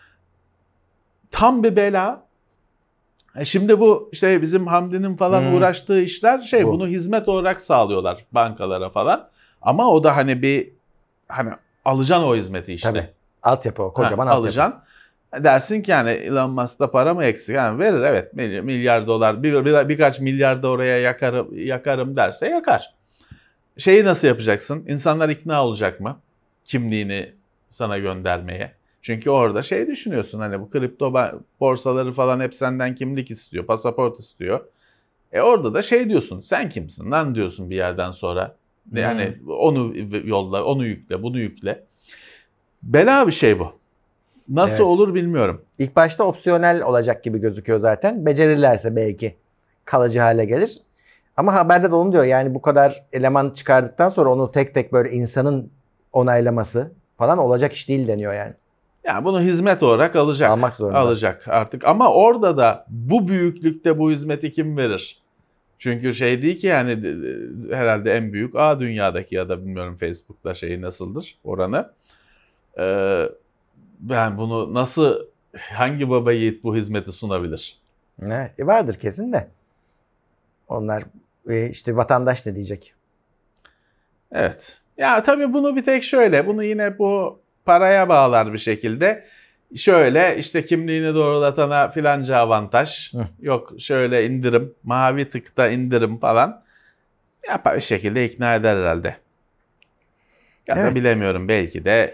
Tam bir bela. E şimdi bu işte bizim Hamdi'nin falan
Hmm.
uğraştığı işler şey
Bu.
bunu hizmet olarak sağlıyorlar bankalara falan. Ama o da hani bir hani alacaksın o hizmeti işte.
Tabii. Altyapı o. Kocaman
Ha,
altyapı.
alacaksın. Dersin ki yani Elon Musk'ta para mı eksik? Yani verir evet milyar dolar bir, bir, birkaç milyar da oraya yakarım, yakarım derse yakar. Şeyi nasıl yapacaksın? İnsanlar ikna olacak mı? Kimliğini sana göndermeye. Çünkü orada şey düşünüyorsun, hani bu kripto borsaları falan hep senden kimlik istiyor, pasaport istiyor. E orada da şey diyorsun, sen kimsin lan diyorsun bir yerden sonra. Yani hmm. onu yolla, onu yükle, bunu yükle. Bela bir şey bu. Nasıl evet. olur bilmiyorum.
İlk başta opsiyonel olacak gibi gözüküyor zaten. Becerirlerse belki kalıcı hale gelir. Ama haberde de onu diyor, yani bu kadar eleman çıkardıktan sonra onu tek tek böyle insanın onaylaması falan olacak iş değil deniyor yani.
Yani bunu hizmet olarak alacak.
Almak zorunda.
Alacak artık. Ama orada da bu büyüklükte bu hizmeti kim verir? Çünkü şey değil ki yani herhalde en büyük ağ dünyadaki, ya da bilmiyorum Facebook'ta şeyi nasıldır oranı. Ee, ben bunu nasıl, hangi baba yiğit bu hizmeti sunabilir?
Ne? E vardır kesin de. Onlar işte vatandaş ne diyecek?
Evet. Ya tabii bunu bir tek şöyle, bunu yine bu paraya bağlar bir şekilde. Şöyle işte kimliğini doğrulatana filanca avantaj. Hı. Yok şöyle indirim, mavi tıkta indirim falan. Yapar bir şekilde ikna eder herhalde. Ya evet. da bilemiyorum, belki de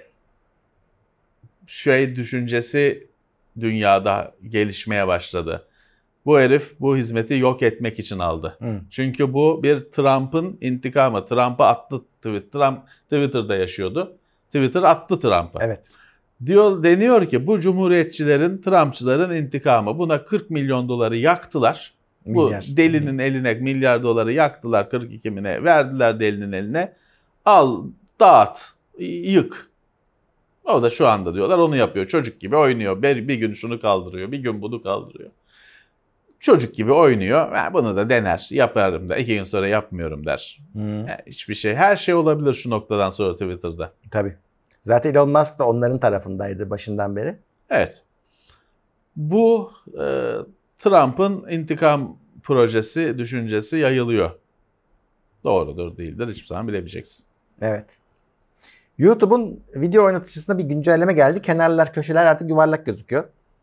şey düşüncesi dünyada gelişmeye başladı. Bu herif bu hizmeti yok etmek için aldı. Hı. Çünkü bu bir Trump'ın intikamı. Trump'ı attı Twitter. Trump Twitter'da yaşıyordu. Twitter attı Trump'ı.
Evet.
Diyor, deniyor ki bu cumhuriyetçilerin, Trumpçıların intikamı. Buna kırk milyon doları yaktılar. Milyar. Bu delinin eline milyar doları yaktılar, kırk iki bine verdiler delinin eline. Al, dağıt, yık. O da şu anda diyorlar onu yapıyor. Çocuk gibi oynuyor. Bir, bir gün şunu kaldırıyor, bir gün bunu kaldırıyor. Çocuk gibi oynuyor. Ha, bunu da dener. Yaparım da. İki gün sonra yapmıyorum der. Hmm. Yani hiçbir şey. Her şey olabilir şu noktadan sonra Twitter'da.
Tabii. Zaten Elon Musk da onların tarafındaydı başından beri.
Evet. Bu e, Trump'ın intikam projesi, düşüncesi yayılıyor. Doğrudur değildir hiçbir zaman bilemeyeceksin.
Evet. YouTube'un video oynatıcısına bir güncelleme geldi. Kenarlar, köşeler artık yuvarlak gözüküyor.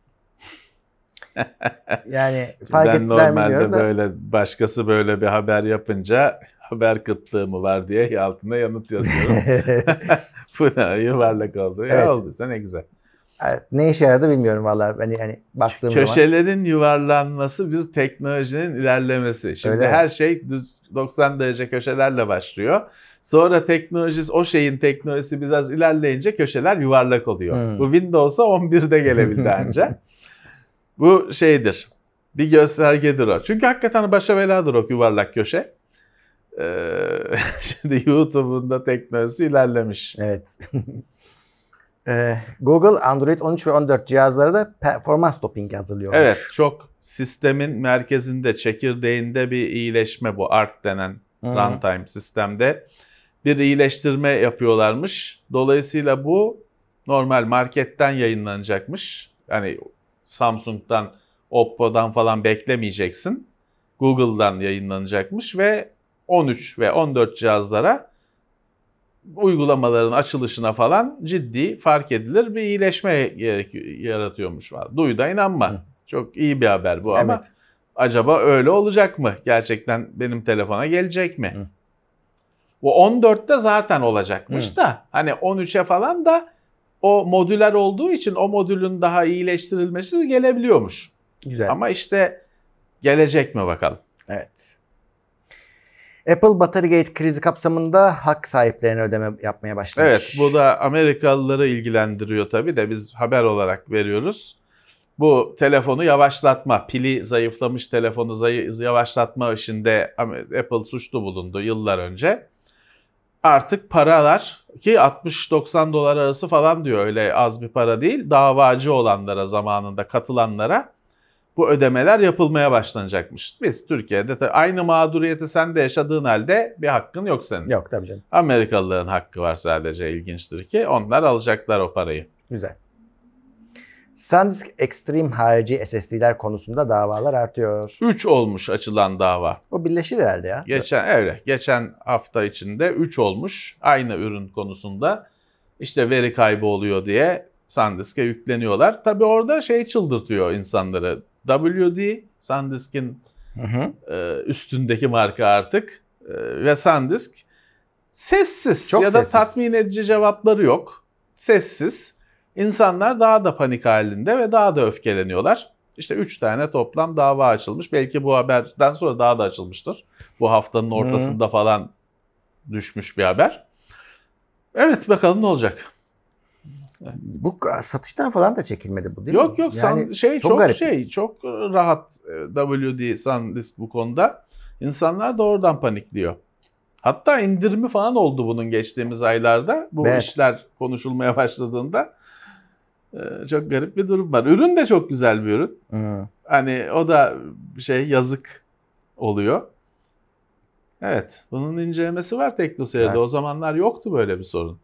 Yani fark ettiler mi bilmiyorum da.
Ben normalde böyle başkası böyle bir haber yapınca haber kıtlığı mı var diye altına yanıt yazıyorum. Bu ne yuvarlak oldu. Evet. Ya olduysa ne güzel.
Evet, ne işe yaradı bilmiyorum vallahi. Hani, hani baktığım
Köşelerin
zaman.
yuvarlanması bir teknolojinin ilerlemesi. Şimdi öyle her mi? Şey düz doksan derece köşelerle başlıyor. Sonra teknolojisi, o şeyin teknolojisi biraz ilerleyince köşeler yuvarlak oluyor. Hmm. Bu Windows'a on birde gelebildi anca. Bu şeydir. Bir göstergedir o. Çünkü hakikaten başa beladır o yuvarlak köşe. Ee, şimdi YouTube'un da teknolojisi ilerlemiş.
Evet. ee, Google Android on üç ve on dört cihazlara da performans dopingi hazırlıyormuş.
Evet, çok sistemin merkezinde, çekirdeğinde bir iyileşme bu. A R T denen hmm. runtime sistemde bir iyileştirme yapıyorlarmış. Dolayısıyla bu normal marketten yayınlanacakmış. Yani Samsung'dan, Oppo'dan falan beklemeyeceksin. Google'dan yayınlanacakmış ve on üç ve on dört cihazlara uygulamaların açılışına falan ciddi fark edilir bir iyileşme yaratıyormuş. Duy da inanma. Hı. Çok iyi bir haber bu evet. Ama acaba öyle olacak mı? Gerçekten benim telefona gelecek mi? Hı. Bu on dörtte zaten olacakmış Hı. da hani on üçe falan da o modüler olduğu için o modülün daha iyileştirilmesi gelebiliyormuş.
Güzel.
Ama işte gelecek mi bakalım.
Evet. Apple Bataryagate krizi kapsamında hak sahiplerine ödeme yapmaya başlamış.
Evet, bu da Amerikalıları ilgilendiriyor tabii de biz haber olarak veriyoruz. Bu telefonu yavaşlatma, pili zayıflamış telefonu zayı- yavaşlatma işinde Apple suçlu bulundu yıllar önce. Artık paralar ki altmış doksan dolar arası falan diyor, öyle az bir para değil. Davacı olanlara, zamanında katılanlara bu ödemeler yapılmaya başlanacakmış. Biz Türkiye'de de aynı mağduriyeti sen de yaşadığın halde bir hakkın yok senin.
Yok tabii canım.
Amerikalıların hakkı var sadece, ilginçtir ki onlar alacaklar o parayı.
Güzel. SanDisk Extreme harici S S D'ler konusunda davalar artıyor.
üç olmuş açılan dava.
O birleşir herhalde ya.
Geçen evet, geçen hafta içinde üç olmuş aynı ürün konusunda. İşte veri kaybı oluyor diye SanDisk'e yükleniyorlar. Tabii orada şey çıldırtıyor insanları. W D, SanDisk'in
Hı hı.
e, üstündeki marka artık e, ve SanDisk sessiz
Çok
ya da
sessiz.
tatmin edici cevapları yok. Sessiz. İnsanlar daha da panik halinde ve daha da öfkeleniyorlar. İşte üç tane toplam dava açılmış. Belki bu haberden sonra daha da açılmıştır. Bu haftanın ortasında falan düşmüş bir haber. Evet, bakalım ne olacak.
Bu satıştan falan da çekilmedi bu değil
Yok
mi?
yok san,
Yani
şey
çok
çok,
garip.
şey çok rahat e, W D SanDisk bu konuda. İnsanlar da oradan panikliyor. Hatta indirimi falan oldu bunun geçtiğimiz aylarda. Bu
Evet.
işler konuşulmaya başladığında e, çok garip bir durum var. Ürün de çok güzel bir ürün.
Hı.
Hani o da şey yazık oluyor. Evet, bunun incelemesi var TeknoSeyir'de.
Var.
O zamanlar yoktu böyle bir sorun.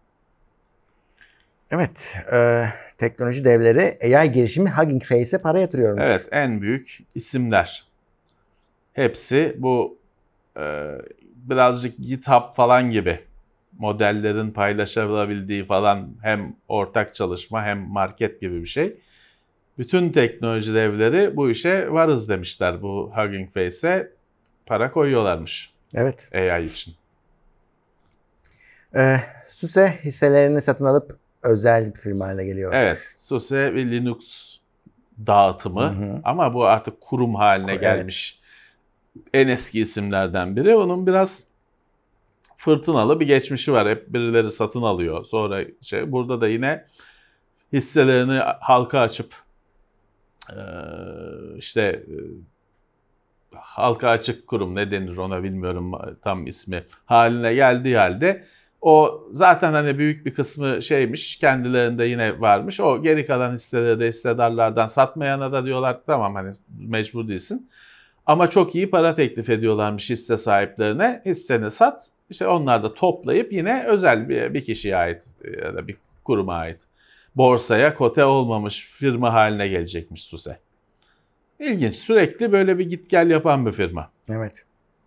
Evet. E, teknoloji devleri A I girişimi Hugging Face'e para yatırıyormuş.
Evet, en büyük isimler. Hepsi bu e, birazcık GitHub falan gibi modellerin paylaşılabildiği falan, hem ortak çalışma hem market gibi bir şey. Bütün teknoloji devleri bu işe varız demişler, bu Hugging Face'e para koyuyorlarmış
Evet.
A I için.
E, SUSE hisselerini satın alıp özel bir firma haline geliyor.
Evet, SUSE bir Linux dağıtımı
Hı hı.
ama bu artık kurum haline
Evet.
gelmiş en eski isimlerden biri. Onun biraz fırtınalı bir geçmişi var. Hep birileri satın alıyor. Sonra şey, burada da yine hisselerini halka açıp işte halka açık kurum, ne denir ona bilmiyorum tam ismi, haline geldiği halde o zaten hani büyük bir kısmı şeymiş, kendilerinde yine varmış. O geri kalan hisseleri de hissedarlardan satmayana da diyorlar tamam hani mecbur değilsin. Ama çok iyi para teklif ediyorlarmış hisse sahiplerine. Hisseni sat. İşte onlar da toplayıp yine özel bir, bir kişiye ait ya da bir kuruma ait borsaya kote olmamış firma haline gelecekmiş SUSE. İlginç. Sürekli böyle bir git gel yapan bir firma.
Evet.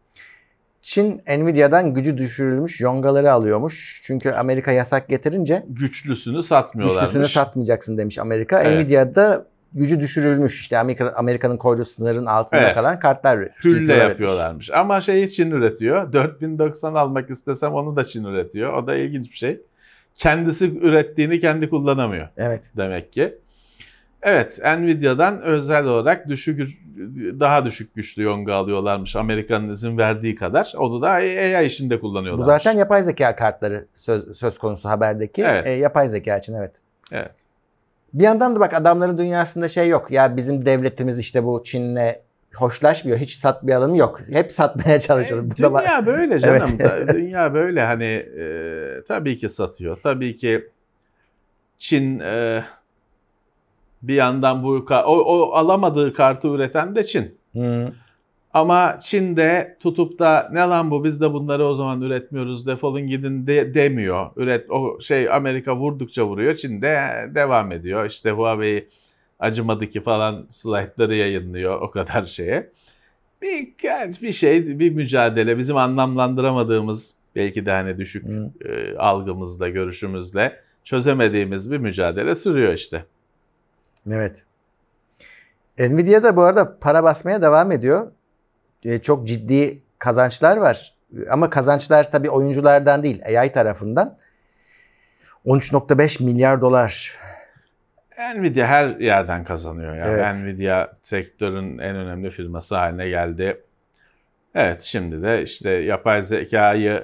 Çin Nvidia'dan gücü düşürülmüş yongaları alıyormuş. Çünkü Amerika yasak getirince
Güçlüsünü satmıyorlarmış.
güçlüsünü satmayacaksın demiş Amerika.
Evet.
Nvidia'da gücü düşürülmüş. İşte Amerika, Amerika'nın koyduğu sınırın altında
Evet.
kalan kartlar üretmiş.
Hülle
G P U'lar üretmiş.
yapıyorlarmış. Ama şeyi Çin üretiyor. dört bin doksan almak istesem onu da Çin üretiyor. O da ilginç bir şey. Kendisi ürettiğini kendi kullanamıyor
Evet.
demek ki. Evet, Nvidia'dan özel olarak düşük, daha düşük güçlü yonga alıyorlarmış Amerika'nın izin verdiği kadar. Onu da A I işinde kullanıyorlarmış.
Bu zaten yapay zeka kartları söz, söz konusu haberdeki.
Evet.
E, yapay zeka için evet.
Evet.
Bir yandan da bak adamların dünyasında şey yok. Ya bizim devletimiz işte bu Çin'le hoşlaşmıyor. Hiç satmayalım yok. Hep satmaya çalışalım.
E,
Bu da var.
dünya böyle canım.
Evet.
Da- dünya böyle hani e, tabii ki satıyor. Tabii ki Çin e, bir yandan bu ka- o, o alamadığı kartı üreten de Çin.
Hı.
Ama Çin de tutup da ne lan bu, biz de bunları o zaman üretmiyoruz, defolun gidin de, demiyor. Üret o şey, Amerika vurdukça vuruyor, Çin de devam ediyor. İşte Huawei acımadı ki falan slaytları yayınlıyor o kadar şeye. Bir, bir şey, bir mücadele, bizim anlamlandıramadığımız, belki de hani düşük
Hı.
e, algımızla, görüşümüzle çözemediğimiz bir mücadele sürüyor işte.
Evet. Nvidia da bu arada para basmaya devam ediyor. Ee, çok ciddi kazançlar var. Ama kazançlar tabii oyunculardan değil, A I tarafından. on üç nokta beş milyar dolar.
Nvidia her yerden kazanıyor ya.
Evet.
Nvidia sektörün en önemli firması haline geldi. Evet, şimdi de işte yapay zekayı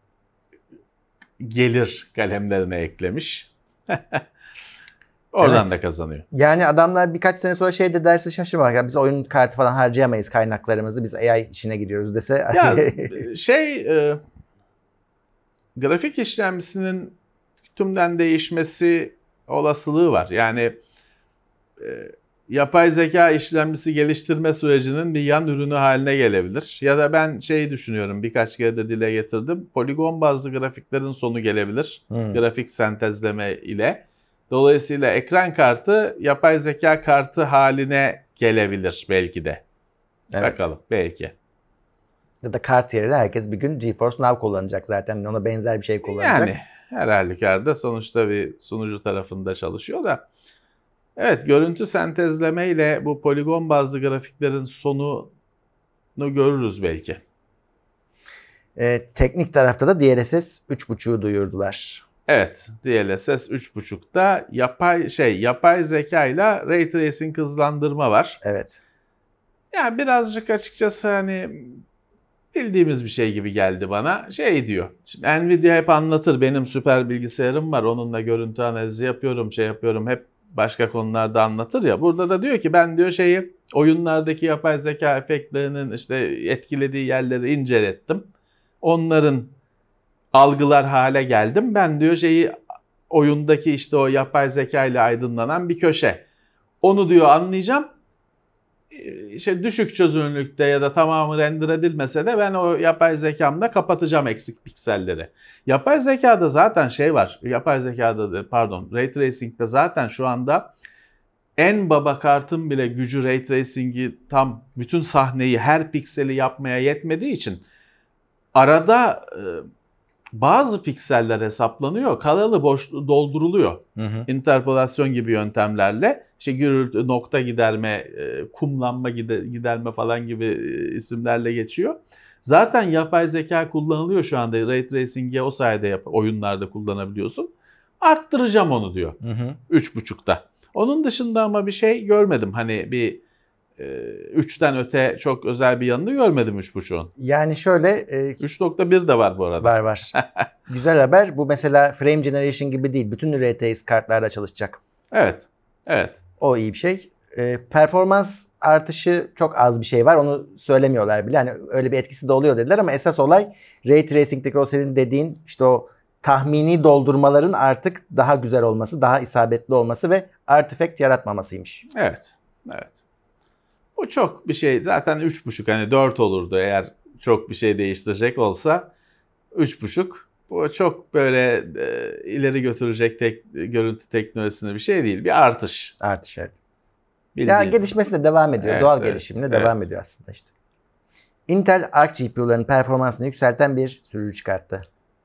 gelir kalemlerine eklemiş. Oradan
Evet.
da kazanıyor.
Yani adamlar birkaç sene sonra şey de derse şaşırmak. Ya biz oyun kartı falan harcayamayız kaynaklarımızı. Biz A I işine giriyoruz dese.
Ya şey e, grafik işlemcisinin tümden değişmesi olasılığı var. Yani e, yapay zeka işlemcisi geliştirme sürecinin bir yan ürünü haline gelebilir. Ya da ben şeyi düşünüyorum, birkaç kere de dile getirdim. Poligon bazlı grafiklerin sonu gelebilir.
Hmm.
Grafik sentezleme ile. Dolayısıyla ekran kartı yapay zeka kartı haline gelebilir belki de.
Evet.
Bakalım belki.
Ya da kart yerine herkes bir gün GeForce Now kullanacak zaten. Ona benzer bir şey kullanacak.
Yani her halükarda sonuçta bir sunucu tarafında çalışıyor da. Evet, görüntü sentezleme ile bu poligon bazlı grafiklerin sonunu görürüz belki.
Ee, teknik tarafta da D L S S üç buçuğu duyurdular.
Evet, D L S S üç buçukta yapay şey yapay zeka ile ray tracing hızlandırma var.
Evet.
Yani birazcık açıkçası hani bildiğimiz bir şey gibi geldi bana. Şey diyor. Şimdi Nvidia hep anlatır, benim süper bilgisayarım var. Onunla görüntü analizi yapıyorum, şey yapıyorum. Hep başka konularda anlatır ya. Burada da diyor ki ben diyor şeyi oyunlardaki yapay zeka efektlerinin işte etkilediği yerleri incelettim. Onların algılar hale geldim. Ben diyor şeyi oyundaki işte o yapay zeka ile aydınlanan bir köşe. Onu diyor anlayacağım. İşte düşük çözünürlükte ya da tamamı render edilmese de ben o yapay zekamda kapatacağım eksik pikselleri. Yapay zekada zaten şey var. Yapay zekada pardon Ray Tracing'de zaten şu anda en baba kartın bile gücü Ray Tracing'i tam bütün sahneyi her pikseli yapmaya yetmediği için arada e, bazı pikseller hesaplanıyor. Kanalı boş dolduruluyor. Hı hı. İnterpolasyon gibi yöntemlerle işte gürültü, nokta giderme, kumlanma giderme falan gibi isimlerle geçiyor. Zaten yapay zeka kullanılıyor şu anda. Ray Tracing'i o sayede yap- oyunlarda kullanabiliyorsun. Arttıracağım onu diyor. üç buçukta. Onun dışında ama bir şey görmedim. Hani bir üçten öte çok özel bir yanını görmedim üç buçuğun.
Yani şöyle. E,
üç nokta bir de var bu arada.
Var var. Güzel haber. Bu mesela Frame Generation gibi değil. Bütün R T X kartlarda çalışacak.
Evet. Evet.
O iyi bir şey. E, performans artışı çok az bir şey var. Onu söylemiyorlar bile. Hani öyle bir etkisi de oluyor dediler ama esas olay Ray Tracing'deki o senin dediğin işte o tahmini doldurmaların artık daha güzel olması, daha isabetli olması ve artifact yaratmamasıymış.
Evet. Evet. Bu çok bir şey. Zaten üç buçuk hani dört olurdu eğer çok bir şey değiştirecek olsa. üç buçuk bu çok böyle e, ileri götürecek tek, görüntü teknolojisine bir şey değil. Bir artış.
Artış evet.
Bildiğin.
Ya gelişmesine devam ediyor.
Evet,
Doğal
evet,
gelişimine
evet.
devam ediyor aslında işte. Intel Arc G P U'ların performansını yükselten bir sürücü çıkarttı.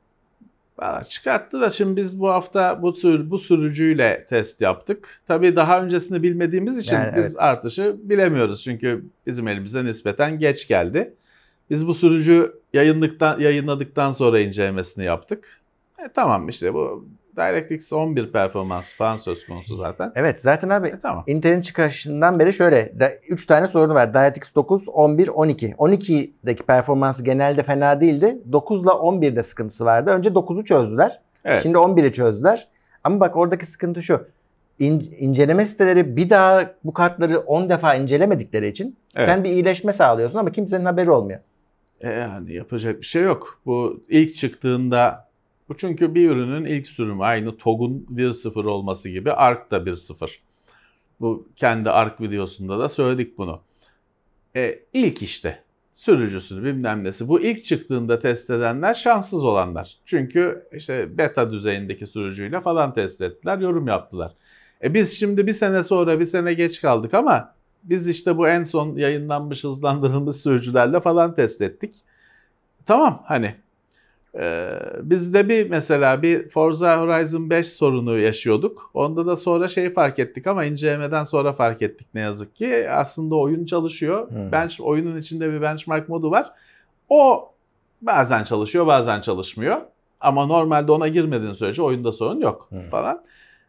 Valla çıkarttı da şimdi biz bu hafta bu sür bu sürücüyle test yaptık. Tabii daha öncesini bilmediğimiz için
Yani,
biz
evet.
artışı bilemiyoruz. Çünkü bizim elimize nispeten geç geldi. Biz bu sürücü yayınlıktan, yayınladıktan sonra incelemesini yaptık. E, tamam işte bu DirectX on bir performans falan söz konusu zaten.
Evet zaten abi
E, tamam.
Intel'in çıkışından beri şöyle üç tane sorunu var. DirectX dokuz, on bir, on iki. on ikideki performansı genelde fena değildi. dokuz ile on birde sıkıntısı vardı. Önce dokuzu çözdüler.
Evet.
Şimdi on biri çözdüler. Ama bak oradaki sıkıntı şu. İn, inceleme siteleri bir daha bu kartları on defa incelemedikleri için
Evet.
sen bir iyileşme sağlıyorsun ama kimsenin haberi olmuyor.
E, yani yapacak bir şey yok. Bu ilk çıktığında bu çünkü bir ürünün ilk sürümü aynı T O G'un bir nokta sıfır olması gibi Arc da bir nokta sıfır. Bu kendi Arc videosunda da söyledik bunu. E, ilk işte sürücüsü bilmem nesi. Bu ilk çıktığında test edenler şanssız olanlar. Çünkü işte beta düzeyindeki sürücüyle falan test ettiler, yorum yaptılar. E biz şimdi bir sene sonra bir sene geç kaldık ama biz işte bu en son yayınlanmış hızlandırılmış sürücülerle falan test ettik. Tamam hani e, biz de bir mesela bir Forza Horizon beş sorunu yaşıyorduk. Onda da sonra şey fark ettik ama incelemeden sonra fark ettik ne yazık ki. Aslında oyun çalışıyor.
Hmm.
Bench, oyunun içinde bir benchmark modu var. O bazen çalışıyor bazen çalışmıyor. Ama normalde ona girmediğin sürece oyunda sorun yok
hmm.
falan.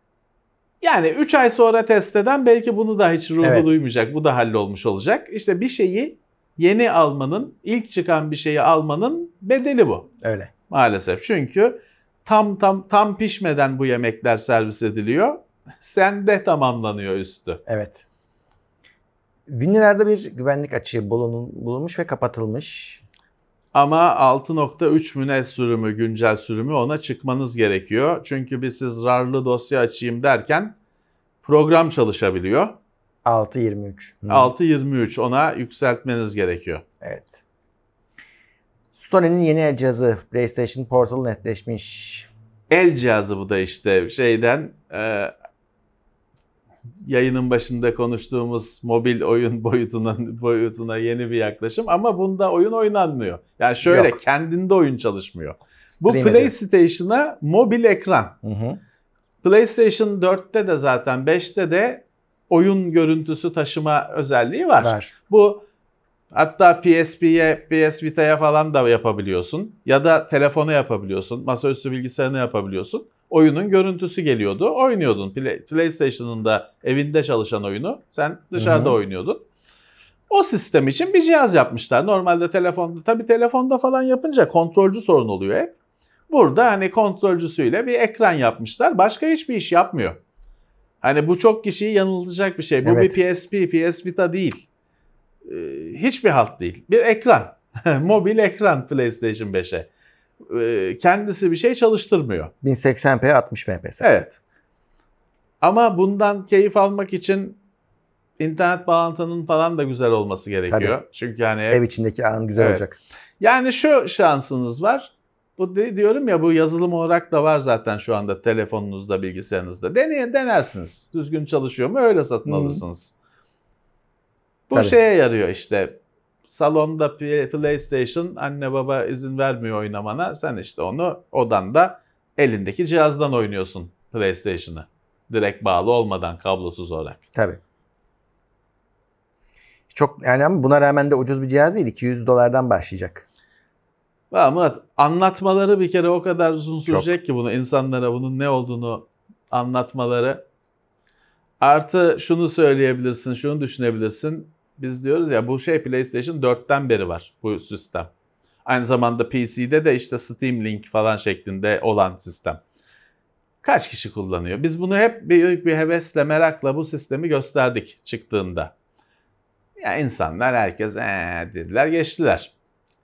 Yani üç ay sonra test eden belki bunu da hiç ruhu
Evet.
duymayacak. Bu da hallolmuş olacak. İşte bir şeyi yeni almanın, ilk çıkan bir şeyi almanın bedeli bu.
Öyle.
Maalesef. Çünkü tam tam tam pişmeden bu yemekler servis ediliyor. Sende tamamlanıyor üstü.
Evet. WinRAR'da bir güvenlik açığı bulunun, bulunmuş ve kapatılmış.
Ama altı nokta üç müne sürümü, güncel sürümü ona çıkmanız gerekiyor. Çünkü bir siz RAR'lı dosya açayım derken program çalışabiliyor.
altı nokta yirmi üç. Hı.
altı nokta yirmi üç ona yükseltmeniz gerekiyor.
Evet. Sony'nin yeni el cihazı PlayStation Portal netleşmiş.
El cihazı bu da işte şeyden e, yayının başında konuştuğumuz mobil oyun boyutuna boyutuna yeni bir yaklaşım ama bunda oyun oynanmıyor. Yani şöyle
Yok.
kendinde oyun çalışmıyor. Bu
Stream ediyor.
PlayStation'a mobil ekran.
Hı hı.
PlayStation dörtte de zaten beşte de oyun görüntüsü taşıma özelliği var.
Var.
Bu hatta P S P'ye, P S Vita'ya falan da yapabiliyorsun. Ya da telefona yapabiliyorsun. Masaüstü bilgisayarına yapabiliyorsun. Oyunun görüntüsü geliyordu. Oynuyordun. Play, PlayStation'ın da evinde çalışan oyunu sen dışarıda
Hı hı.
oynuyordun. O sistem için bir cihaz yapmışlar. Normalde telefonda, tabii telefonda falan yapınca kontrolcü sorun oluyor hep. Burada hani kontrolcüsüyle bir ekran yapmışlar. Başka hiçbir iş yapmıyor. Hani bu çok kişiyi yanıltacak bir şey. Bu
Evet.
bir P S P, P S Vita değil. Ee, hiçbir halt değil. Bir ekran. Mobil ekran PlayStation beşe. Ee, kendisi bir şey çalıştırmıyor.
bin seksen p altmış F P S.
Evet. Ama bundan keyif almak için internet bağlantının falan da güzel olması gerekiyor.
Tabii.
Çünkü hani
Ev içindeki ağın güzel
Evet.
olacak.
yani şu şansınız var. Bu de- diyorum ya bu yazılım olarak da var zaten şu anda telefonunuzda, bilgisayarınızda. Deneyin, denersiniz. Düzgün çalışıyor mu öyle satın
Hı.
alırsınız. Bu
Tabii.
şeye yarıyor işte. Salonda P- PlayStation anne baba izin vermiyor oynamana. Sen işte onu odanda elindeki cihazdan oynuyorsun PlayStation'ı. Direkt bağlı olmadan, kablosuz olarak.
Tabii. Çok yani ama buna rağmen de ucuz bir cihaz değil. iki yüz dolardan başlayacak.
Valla Murat, anlatmaları bir kere o kadar uzun sürecek ki bunu insanlara bunun ne olduğunu anlatmaları. Artı şunu söyleyebilirsin, şunu düşünebilirsin. Biz diyoruz ya bu şey PlayStation dörtten beri var bu sistem. Aynı zamanda P C'de de işte Steam Link falan şeklinde olan sistem. Kaç kişi kullanıyor? Biz bunu hep büyük bir hevesle, merakla bu sistemi gösterdik çıktığında. Ya insanlar herkes ee dediler, geçtiler.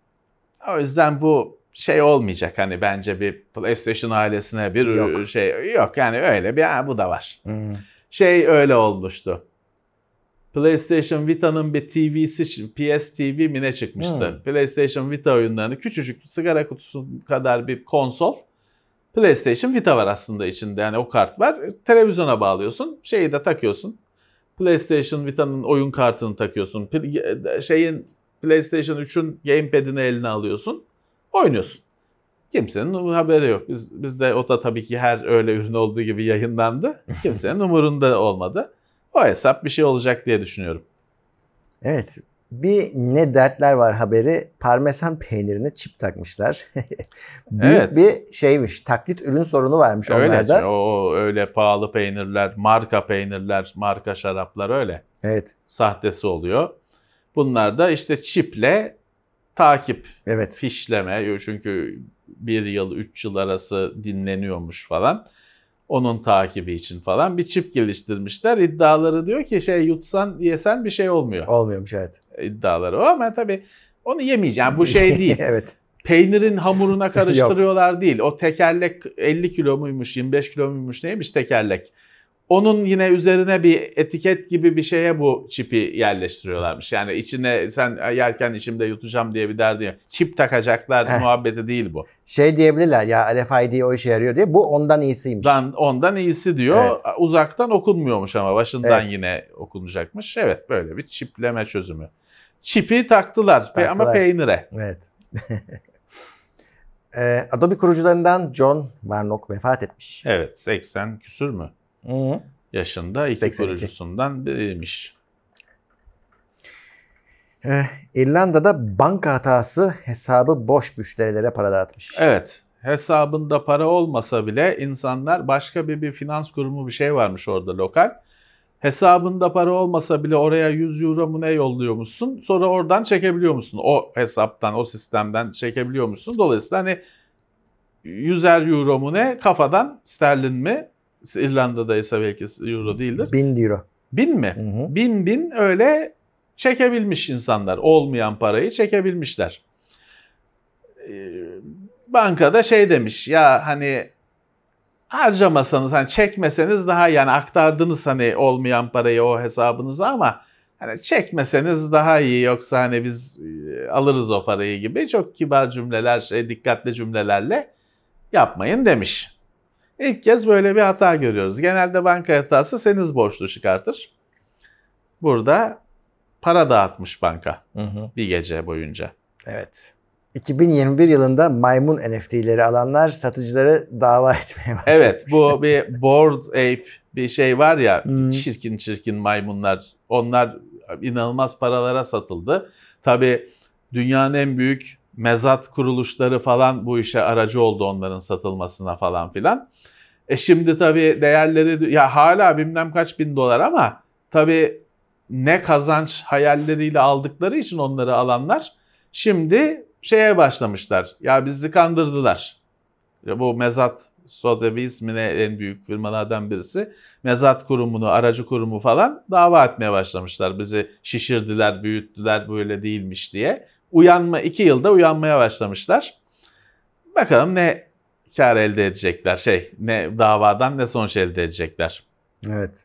O yüzden bu şey olmayacak hani bence bir PlayStation ailesine bir
Yok.
şey yok yani öyle bir ha bu da var.
Hmm.
Şey öyle olmuştu. PlayStation Vita'nın bir T V'si P S T V mi ne çıkmıştı?
Hmm.
PlayStation Vita oyunlarını küçücük sigara kutusu kadar bir konsol. PlayStation Vita var aslında içinde yani o kart var. Televizyona bağlıyorsun. Şeyi de takıyorsun. PlayStation Vita'nın oyun kartını takıyorsun. P- şeyin PlayStation üçün gamepad'ini eline alıyorsun. Oynuyorsun. Kimsenin haberi yok. Biz bizde o da tabii ki her öyle ürün olduğu gibi yayınlandı. Kimsenin umurunda olmadı. O hesap bir şey olacak diye düşünüyorum.
Evet. Bir ne dertler var haberi. Parmesan peynirine çip takmışlar. Büyük
Evet.
bir şeymiş. Taklit ürün sorunu varmış
Öyle.
onlarda.
O öyle pahalı peynirler, marka peynirler, marka şaraplar öyle.
Evet.
Sahtesi oluyor. Bunlar da işte çiple takip,
Evet.
fişleme. Çünkü bir yıl, üç yıl arası dinleniyormuş falan. Onun takibi için falan bir çip geliştirmişler. İddiaları diyor ki şey yutsan yesen bir şey olmuyor.
Olmuyormuş evet.
İddiaları o ama tabii onu yemeyeceğim. Bu şey değil.
Evet.
Peynirin hamuruna karıştırıyorlar değil. O tekerlek elli kilo muymuş, yirmi beş kilo muymuş neymiş tekerlek. Onun yine üzerine bir etiket gibi bir şeye bu çipi yerleştiriyorlarmış. Yani içine sen yerken içimde yutacağım diye bir derdi yok. Çip takacaklar
Heh.
muhabbeti değil bu.
Şey diyebilirler ya R F I D o işe yarıyor diye. Bu ondan iyisiymiş.
Dan, ondan iyisi diyor.
Evet.
Uzaktan okunmuyormuş ama başından
Evet.
yine okunacakmış. Evet böyle bir çipleme çözümü. Çipi taktılar, Pe- ama
Taktılar.
peynire.
Evet. Ee, Adobe kurucularından John Warnock vefat etmiş.
Evet seksen küsür mü?
Hı.
Yaşında iki
seksen iki.
kurucusundan biriymiş.
Ee, İrlanda'da banka hatası hesabı boş müşterilere para dağıtmış.
Evet hesabında para olmasa bile insanlar başka bir, bir finans kurumu bir şey varmış orada lokal. hesabında para olmasa bile oraya yüz euro mu ne yolluyormuşsun. Sonra oradan çekebiliyor musun? O hesaptan, o sistemden çekebiliyor musun? Dolayısıyla hani yüzer euro mu ne kafadan, sterlin mi? İrlanda'da ise belki euro değildir.
Bin euro.
Bin mi?
Hı hı.
Bin bin öyle çekebilmiş insanlar. Olmayan parayı çekebilmişler. Ee, bankada şey demiş ya hani harcamasanız hani çekmeseniz daha iyi, yani aktardınız hani olmayan parayı o hesabınıza ama hani çekmeseniz daha iyi, yoksa hani biz e, alırız o parayı gibi çok kibar cümleler, şey dikkatli cümlelerle yapmayın demiş. İlk kez böyle bir hata görüyoruz. Genelde banka hatası seniz borçlu çıkartır. Burada para dağıtmış banka
Hı hı.
bir gece boyunca.
Evet. iki bin yirmi bir yılında maymun N F T'leri alanlar satıcıları dava etmeye başladı.
Evet, bu bir Bored Ape bir şey var ya,
Hmm.
çirkin çirkin maymunlar. Onlar inanılmaz paralara satıldı. Tabii dünyanın en büyük mezat kuruluşları falan bu işe aracı oldu, onların satılmasına falan filan. E şimdi tabii değerleri ya hala bilmem kaç bin dolar ama tabii ne kazanç hayalleriyle aldıkları için onları alanlar şimdi şeye başlamışlar. Ya bizi kandırdılar. Ya bu mezat, Sotheby's mi ne, en büyük firmalardan birisi. Mezat kurumunu, aracı kurumu falan dava etmeye başlamışlar. Bizi şişirdiler, büyüttüler, böyle değilmiş diye. Uyanma, iki yılda uyanmaya başlamışlar. Bakalım ne kar elde edecekler, şey, ne davadan ne sonuç elde edecekler.
Evet.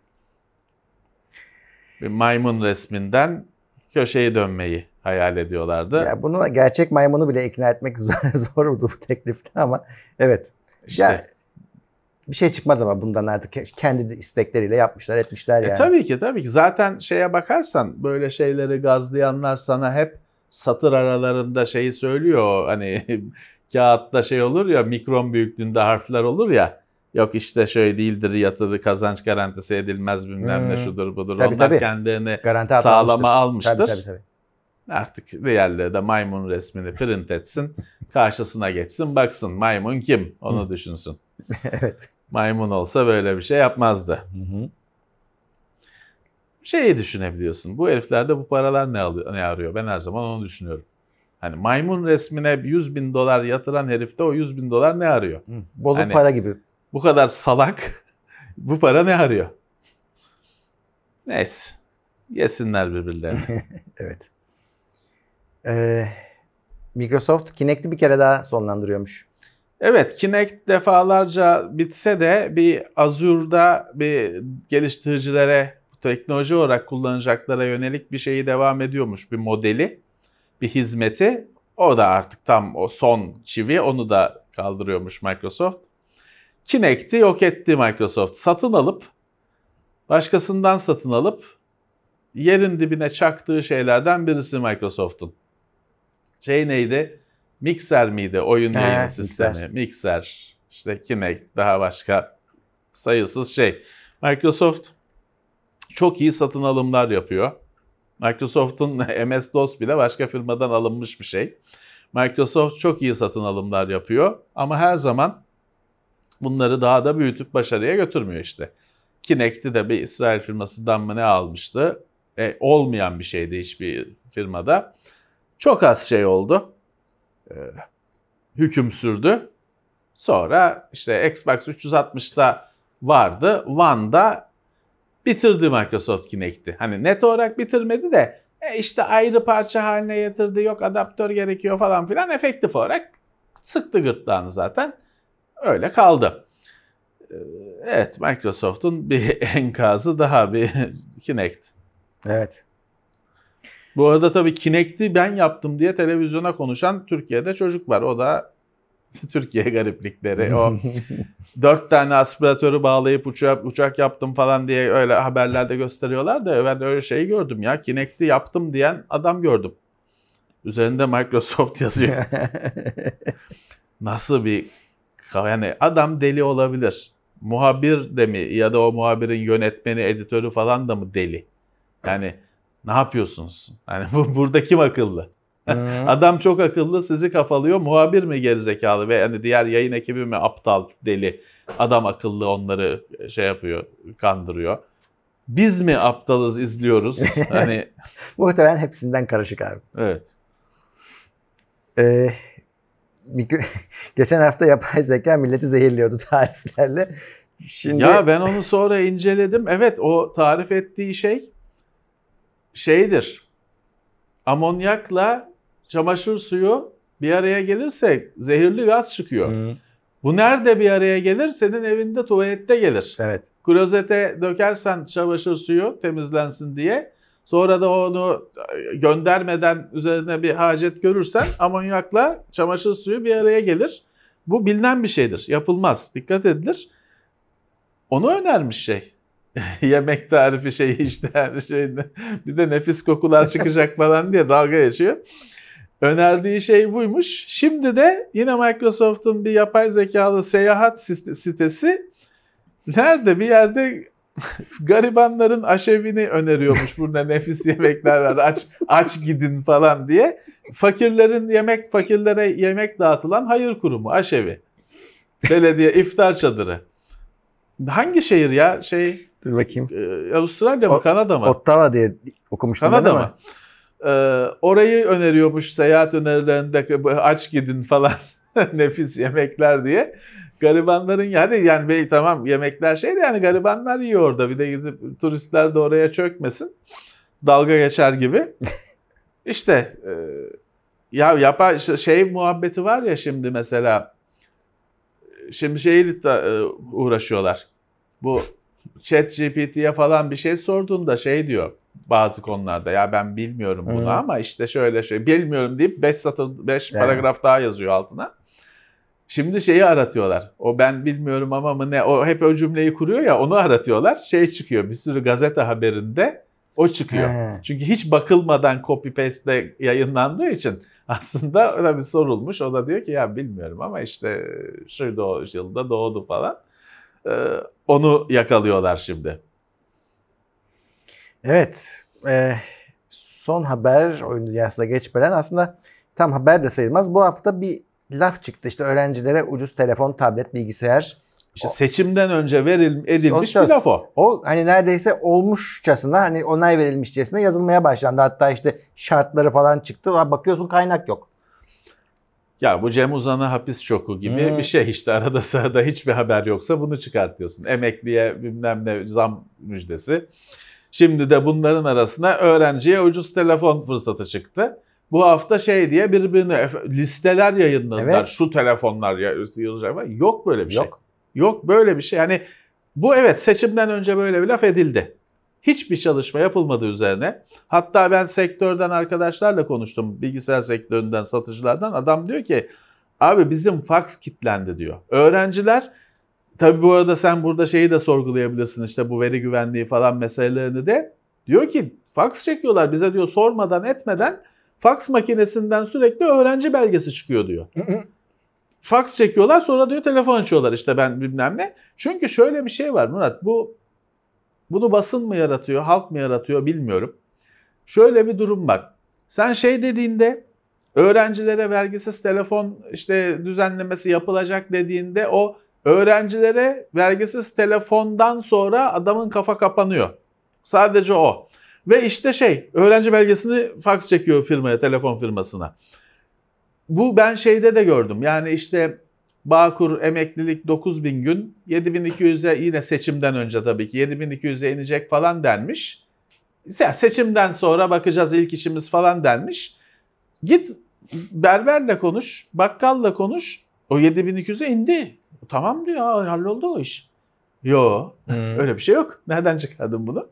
Bir maymun resminden köşeyi dönmeyi hayal ediyorlardı.
Ya bunu gerçek maymunu bile ikna etmek zor, zordu bu teklifte ama evet.
İşte.
Ya, bir şey çıkmaz ama bundan artık kendi istekleriyle yapmışlar, etmişler yani.
E, tabii ki tabii ki. Zaten şeye bakarsan böyle şeyleri gazlayanlar sana hep satır aralarında şeyi söylüyor. Hani kağıtta şey olur ya, mikron büyüklüğünde harfler olur ya. Yok işte şöyle değildir, yatırı kazanç garantisi edilmez bilmem
Hmm.
ne şudur budur.
Tabii,
Onlar
tabii.
kendilerini
Garanti
sağlama almıştır.
Tabii, tabii, tabii.
Artık diğerleri de maymun resmini print etsin, karşısına geçsin, baksın maymun kim onu düşünsün.
Evet.
Maymun olsa böyle bir şey yapmazdı.
Hı hı.
Şeyi düşünebiliyorsun. Bu heriflerde bu paralar ne, alıyor, ne arıyor? Ben her zaman onu düşünüyorum. Hani maymun resmine yüz bin dolar yatıran herifte o yüz bin dolar ne arıyor?
Hı. Bozuk
Hani-
para gibi.
Bu kadar salak bu para ne arıyor? Neyse. Yesinler birbirlerini.
Evet. Ee, Microsoft Kinect'i bir kere daha sonlandırıyormuş.
Evet, Kinect defalarca bitse de bir Azure'da bir geliştiricilere teknoloji olarak kullanacaklara yönelik bir şeyi devam ediyormuş. Bir modeli, bir hizmeti. O da artık tam o son çivi, onu da kaldırıyormuş Microsoft. Kinect'i yok etti Microsoft. Satın alıp, başkasından satın alıp yerin dibine çaktığı şeylerden birisi Microsoft'un. Şey neydi? Mixer miydi? Oyun
He,
yayını
Mixer.
sistemi. Mixer, işte Kinect, daha başka sayısız şey. Microsoft çok iyi satın alımlar yapıyor. Microsoft'un M S DOS bile başka firmadan alınmış bir şey. Microsoft çok iyi satın alımlar yapıyor ama her zaman bunları daha da büyütüp başarıya götürmüyor işte. Kinect'i de bir İsrail firmasından mı ne almıştı? E, olmayan bir şeydi hiçbir firmada. Çok az şey oldu. E, hüküm sürdü. Sonra işte Xbox üç yüz altmışta vardı. One'da bitirdi Microsoft Kinect'i. Hani net olarak bitirmedi de e işte ayrı parça haline getirdi. Yok adaptör gerekiyor falan filan. Efektif olarak sıktı gırtlağını zaten. Öyle kaldı. Evet, Microsoft'un bir enkazı daha, bir Kinect.
Evet.
Bu arada tabii Kinect'i ben yaptım diye televizyona konuşan Türkiye'de çocuk var. O da Türkiye gariplikleri. O dört tane aspiratörü bağlayıp uçak, uçak yaptım falan diye öyle haberlerde gösteriyorlar da ben öyle şeyi gördüm ya. Kinect'i yaptım diyen adam gördüm. Üzerinde Microsoft yazıyor. Nasıl bir... Yani adam deli olabilir. Muhabir de mi ya da o muhabirin yönetmeni, editörü falan da mı deli? Yani ne yapıyorsunuz? Yani bu burada kim akıllı?
Hmm.
Adam çok akıllı, sizi kafalıyor. Muhabir mi gerizekalı ve yani diğer yayın ekibi mi aptal, deli? Adam akıllı onları şey yapıyor, kandırıyor. Biz mi aptalız izliyoruz? Hani
Muhtemelen hepsinden karışık abi.
evet.
Ee, geçen hafta yapay zeka milleti zehirliyordu tariflerle. Şimdi
Ya ben onu sonra inceledim. Evet, o tarif ettiği şey şeydir. Amonyakla çamaşır suyu bir araya gelirse zehirli gaz çıkıyor.
Hı.
Bu nerede bir araya gelir? Senin evinde, tuvalette gelir.
Evet.
Klozete dökersen çamaşır suyu temizlensin diye, sonra da onu göndermeden üzerine bir hacet görürsen amonyakla çamaşır suyu bir araya gelir. Bu bilinen bir şeydir. Yapılmaz. Dikkat edilir. Onu önermiş şey. Yemek tarifi şeyi işte her şeyde. Bir de nefis kokular çıkacak falan diye dalga geçiyor. Önerdiği şey buymuş. Şimdi de yine Microsoft'un bir yapay zekalı seyahat sitesi nerede bir yerde garibanların aşevini öneriyormuş. Burada nefis yemekler var. Aç aç gidin falan diye. Fakirlerin yemek fakirlere yemek dağıtılan hayır kurumu aşevi. Belediye iftar çadırı. Hangi şehir ya? Şey
Dur bakayım.
e, Avustralya mı,
O-
Kanada mı?
Ottawa diye okumuştum ben
Kanada
ama.
mı? Ee, orayı öneriyormuş seyahat önerilerinde aç gidin falan nefis yemekler diye. Garibanların yani yani bey tamam yemekler şey de yani garibanlar yiyor orada. Bir de gidip turistler de oraya çökmesin. Dalga geçer gibi. İşte e, ya yapar şey muhabbeti var ya şimdi mesela şimdi şeyle e, uğraşıyorlar. Bu ChatGPT'ye falan bir şey sorduğunda şey diyor bazı konularda ya ben bilmiyorum bunu
Hı.
ama işte şöyle şöyle bilmiyorum deyip beş satır beş
Yani.
paragraf daha yazıyor altına. Şimdi şeyi aratıyorlar. O ben bilmiyorum ama mı ne o hep o cümleyi kuruyor ya onu aratıyorlar. Şey çıkıyor bir sürü gazete haberinde o çıkıyor.
He.
Çünkü hiç bakılmadan copy paste yayınlandığı için aslında öyle bir sorulmuş. O da diyor ki ya bilmiyorum ama işte şu yılda doğdu falan. Ee, onu yakalıyorlar şimdi.
Evet. e, son haber oyun dünyasına geçmeden aslında tam haber de sayılmaz. Bu hafta bir laf çıktı. İşte öğrencilere ucuz telefon, tablet, bilgisayar.
İşte seçimden önce veril, edilmiş
söz.
bir laf o.
O hani neredeyse olmuşçasına hani onay verilmişçesine yazılmaya başlandı. Hatta işte şartları falan çıktı. Bakıyorsun kaynak yok.
Ya bu Cem Uzan'a hapis şoku gibi
Hmm.
bir şey işte arada sırada hiçbir haber yoksa bunu çıkartıyorsun. Emekliye bilmem ne zam müjdesi. Şimdi de bunların arasına öğrenciye ucuz telefon fırsatı çıktı. Bu hafta şey diye birbirine listeler yayınladılar.
Evet.
Şu telefonlar yayınlanacak. Yok böyle bir şey.
Yok.
Yok böyle bir şey. Yani bu evet seçimden önce böyle bir laf edildi. Hiçbir çalışma yapılmadı üzerine. Hatta ben sektörden arkadaşlarla konuştum. Bilgisayar sektöründen, satıcılardan. Adam diyor ki abi bizim faks kilitlendi diyor. Öğrenciler tabii bu arada sen burada şeyi de sorgulayabilirsin. İşte bu veri güvenliği falan meselelerini de. Diyor ki faks çekiyorlar bize diyor sormadan etmeden faks makinesinden sürekli öğrenci belgesi çıkıyor diyor. Faks çekiyorlar sonra diyor telefon açıyorlar işte ben bilmem ne. Çünkü şöyle bir şey var Murat bu bunu basın mı yaratıyor halk mı yaratıyor bilmiyorum. Şöyle bir durum var. Sen şey dediğinde öğrencilere vergisiz telefon işte düzenlemesi yapılacak dediğinde o öğrencilere vergisiz telefondan sonra adamın kafa kapanıyor. Sadece o. Ve işte şey öğrenci belgesini faks çekiyor firmaya telefon firmasına. Bu ben şeyde de gördüm. Yani işte Bağkur emeklilik dokuz bin gün yedi bin iki yüze yine seçimden önce tabii ki yedi bin iki yüze inecek falan denmiş. Seçimden sonra bakacağız ilk işimiz falan denmiş. Git berberle konuş, bakkalla konuş. O yedi bin iki yüze indi. Tamam diyor halloldu o iş. Yo
Hmm.
öyle bir şey yok. Nereden çıkardın bunu?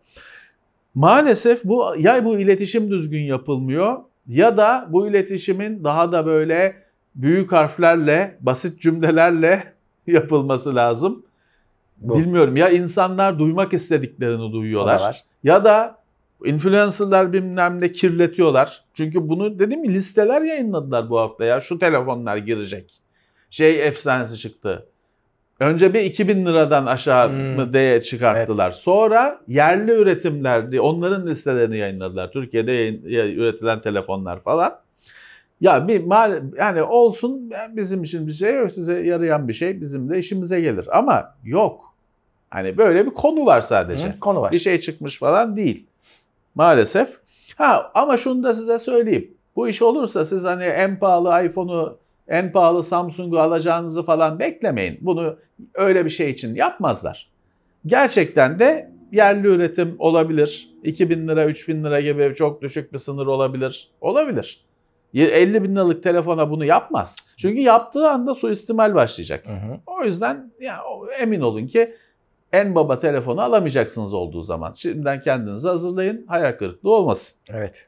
Maalesef bu ya bu iletişim düzgün yapılmıyor ya da bu iletişimin daha da böyle büyük harflerle, basit cümlelerle yapılması lazım.
Bu.
Bilmiyorum ya insanlar duymak istediklerini
O da
duyuyorlar
var.
ya da influencerlar bilmem ne kirletiyorlar. Çünkü bunu dedim mi listeler yayınladılar bu hafta ya şu telefonlar girecek. Şey efsanesi çıktı. Önce bir iki bin liradan aşağı
Hmm.
mı diye çıkarttılar. Evet. Sonra yerli üretimler diye onların listelerini yayınladılar. Türkiye'de yayın, üretilen telefonlar falan. Ya bir mal yani olsun bizim için bir şey yok size yarayan bir şey bizim de işimize gelir ama yok. Hani böyle bir konu var sadece.
Hı, konu var.
Bir şey çıkmış falan değil. Maalesef. Ha ama şunu da size söyleyeyim. Bu iş olursa siz hani en pahalı iPhone'u, en pahalı Samsung'u alacağınızı falan beklemeyin. Bunu öyle bir şey için yapmazlar. Gerçekten de yerli üretim olabilir. iki bin lira, üç bin lira gibi çok düşük bir sınır olabilir. Olabilir. elli bin liralık telefona bunu yapmaz. Çünkü yaptığı anda suistimal başlayacak.
Hı hı.
O yüzden ya, emin olun ki en baba telefonu alamayacaksınız olduğu zaman. Şimdiden kendinizi hazırlayın. Hayal kırıklığı olmasın.
Evet.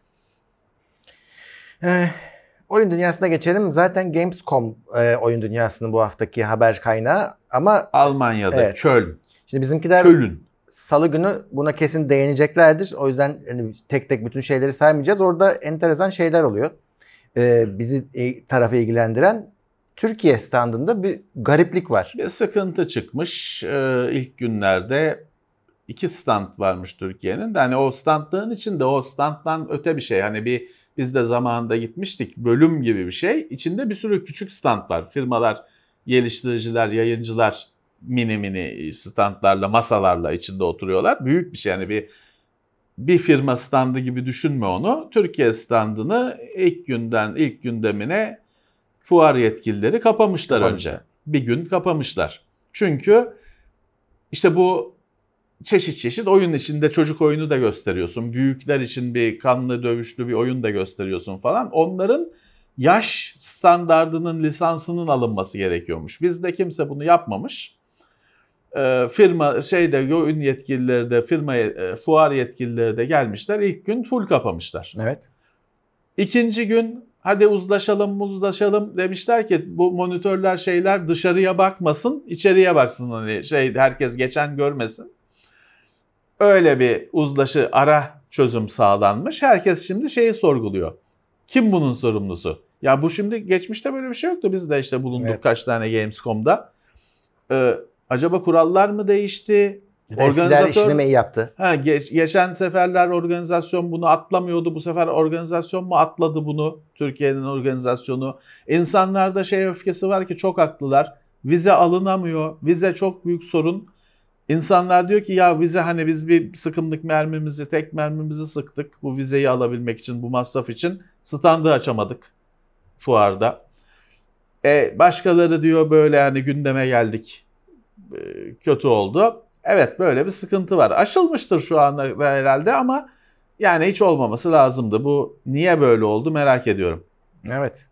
Ee, oyun dünyasına geçelim. Zaten Gamescom e, oyun dünyasının bu haftaki haber kaynağı. Ama
Almanya'da
Evet.
Köln.
şimdi bizimkiler
Köln.
Salı günü buna kesin değineceklerdir. O yüzden hani tek tek bütün şeyleri saymayacağız. Orada enteresan şeyler oluyor. Ee, bizi e, tarafı ilgilendiren Türkiye standında bir gariplik var.
Bir sıkıntı çıkmış. Ee, ilk günlerde iki stand varmış Türkiye'nin de. Hani o standlığın içinde o standdan öte bir şey. Hani bir biz de zamanında gitmiştik. Bölüm gibi bir şey. İçinde bir sürü küçük stand var. Firmalar, geliştiriciler, yayıncılar mini mini standlarla, masalarla içinde oturuyorlar. Büyük bir şey. Yani bir bir firma standı gibi düşünme onu. Türkiye standını ilk günden ilk gündemine fuar yetkilileri kapamışlar,
Kapamışlar.
önce. Bir gün kapamışlar. Çünkü işte bu çeşit çeşit oyun içinde çocuk oyunu da gösteriyorsun. Büyükler için bir kanlı dövüşlü bir oyun da gösteriyorsun falan. Onların yaş standardının lisansının alınması gerekiyormuş. Bizde kimse bunu yapmamış. Ee, firma şeyde oyun yetkilileri de firma e, fuar yetkilileri de gelmişler. İlk gün full kapamışlar.
Evet.
İkinci gün hadi uzlaşalım uzlaşalım demişler ki bu monitörler şeyler dışarıya bakmasın, içeriye baksın, hani şey herkes geçen görmesin. Öyle bir uzlaşı, ara çözüm sağlanmış. Herkes şimdi şeyi sorguluyor. Kim bunun sorumlusu? Ya bu şimdi geçmişte böyle bir şey yoktu. Biz de işte bulunduk
Evet.
kaç tane Gamescom'da. Ee, acaba kurallar mı değişti?
Eskiler işini mi iyi yaptı?
Ha, geç, geçen seferler organizasyon bunu atlamıyordu. Bu sefer organizasyon mu atladı bunu? Türkiye'nin organizasyonu. İnsanlarda şey öfkesi var ki çok haklılar. Vize alınamıyor. Vize çok büyük sorun. İnsanlar diyor ki ya vize, hani biz bir sıkımlık mermimizi, tek mermimizi sıktık. Bu vizeyi alabilmek için, bu masraf için standı açamadık fuarda. E, başkaları diyor böyle hani gündeme geldik. E, kötü oldu. Evet, böyle bir sıkıntı var. Aşılmıştır şu anda herhalde ama yani hiç olmaması lazımdı. Bu niye böyle oldu merak ediyorum.
Evet.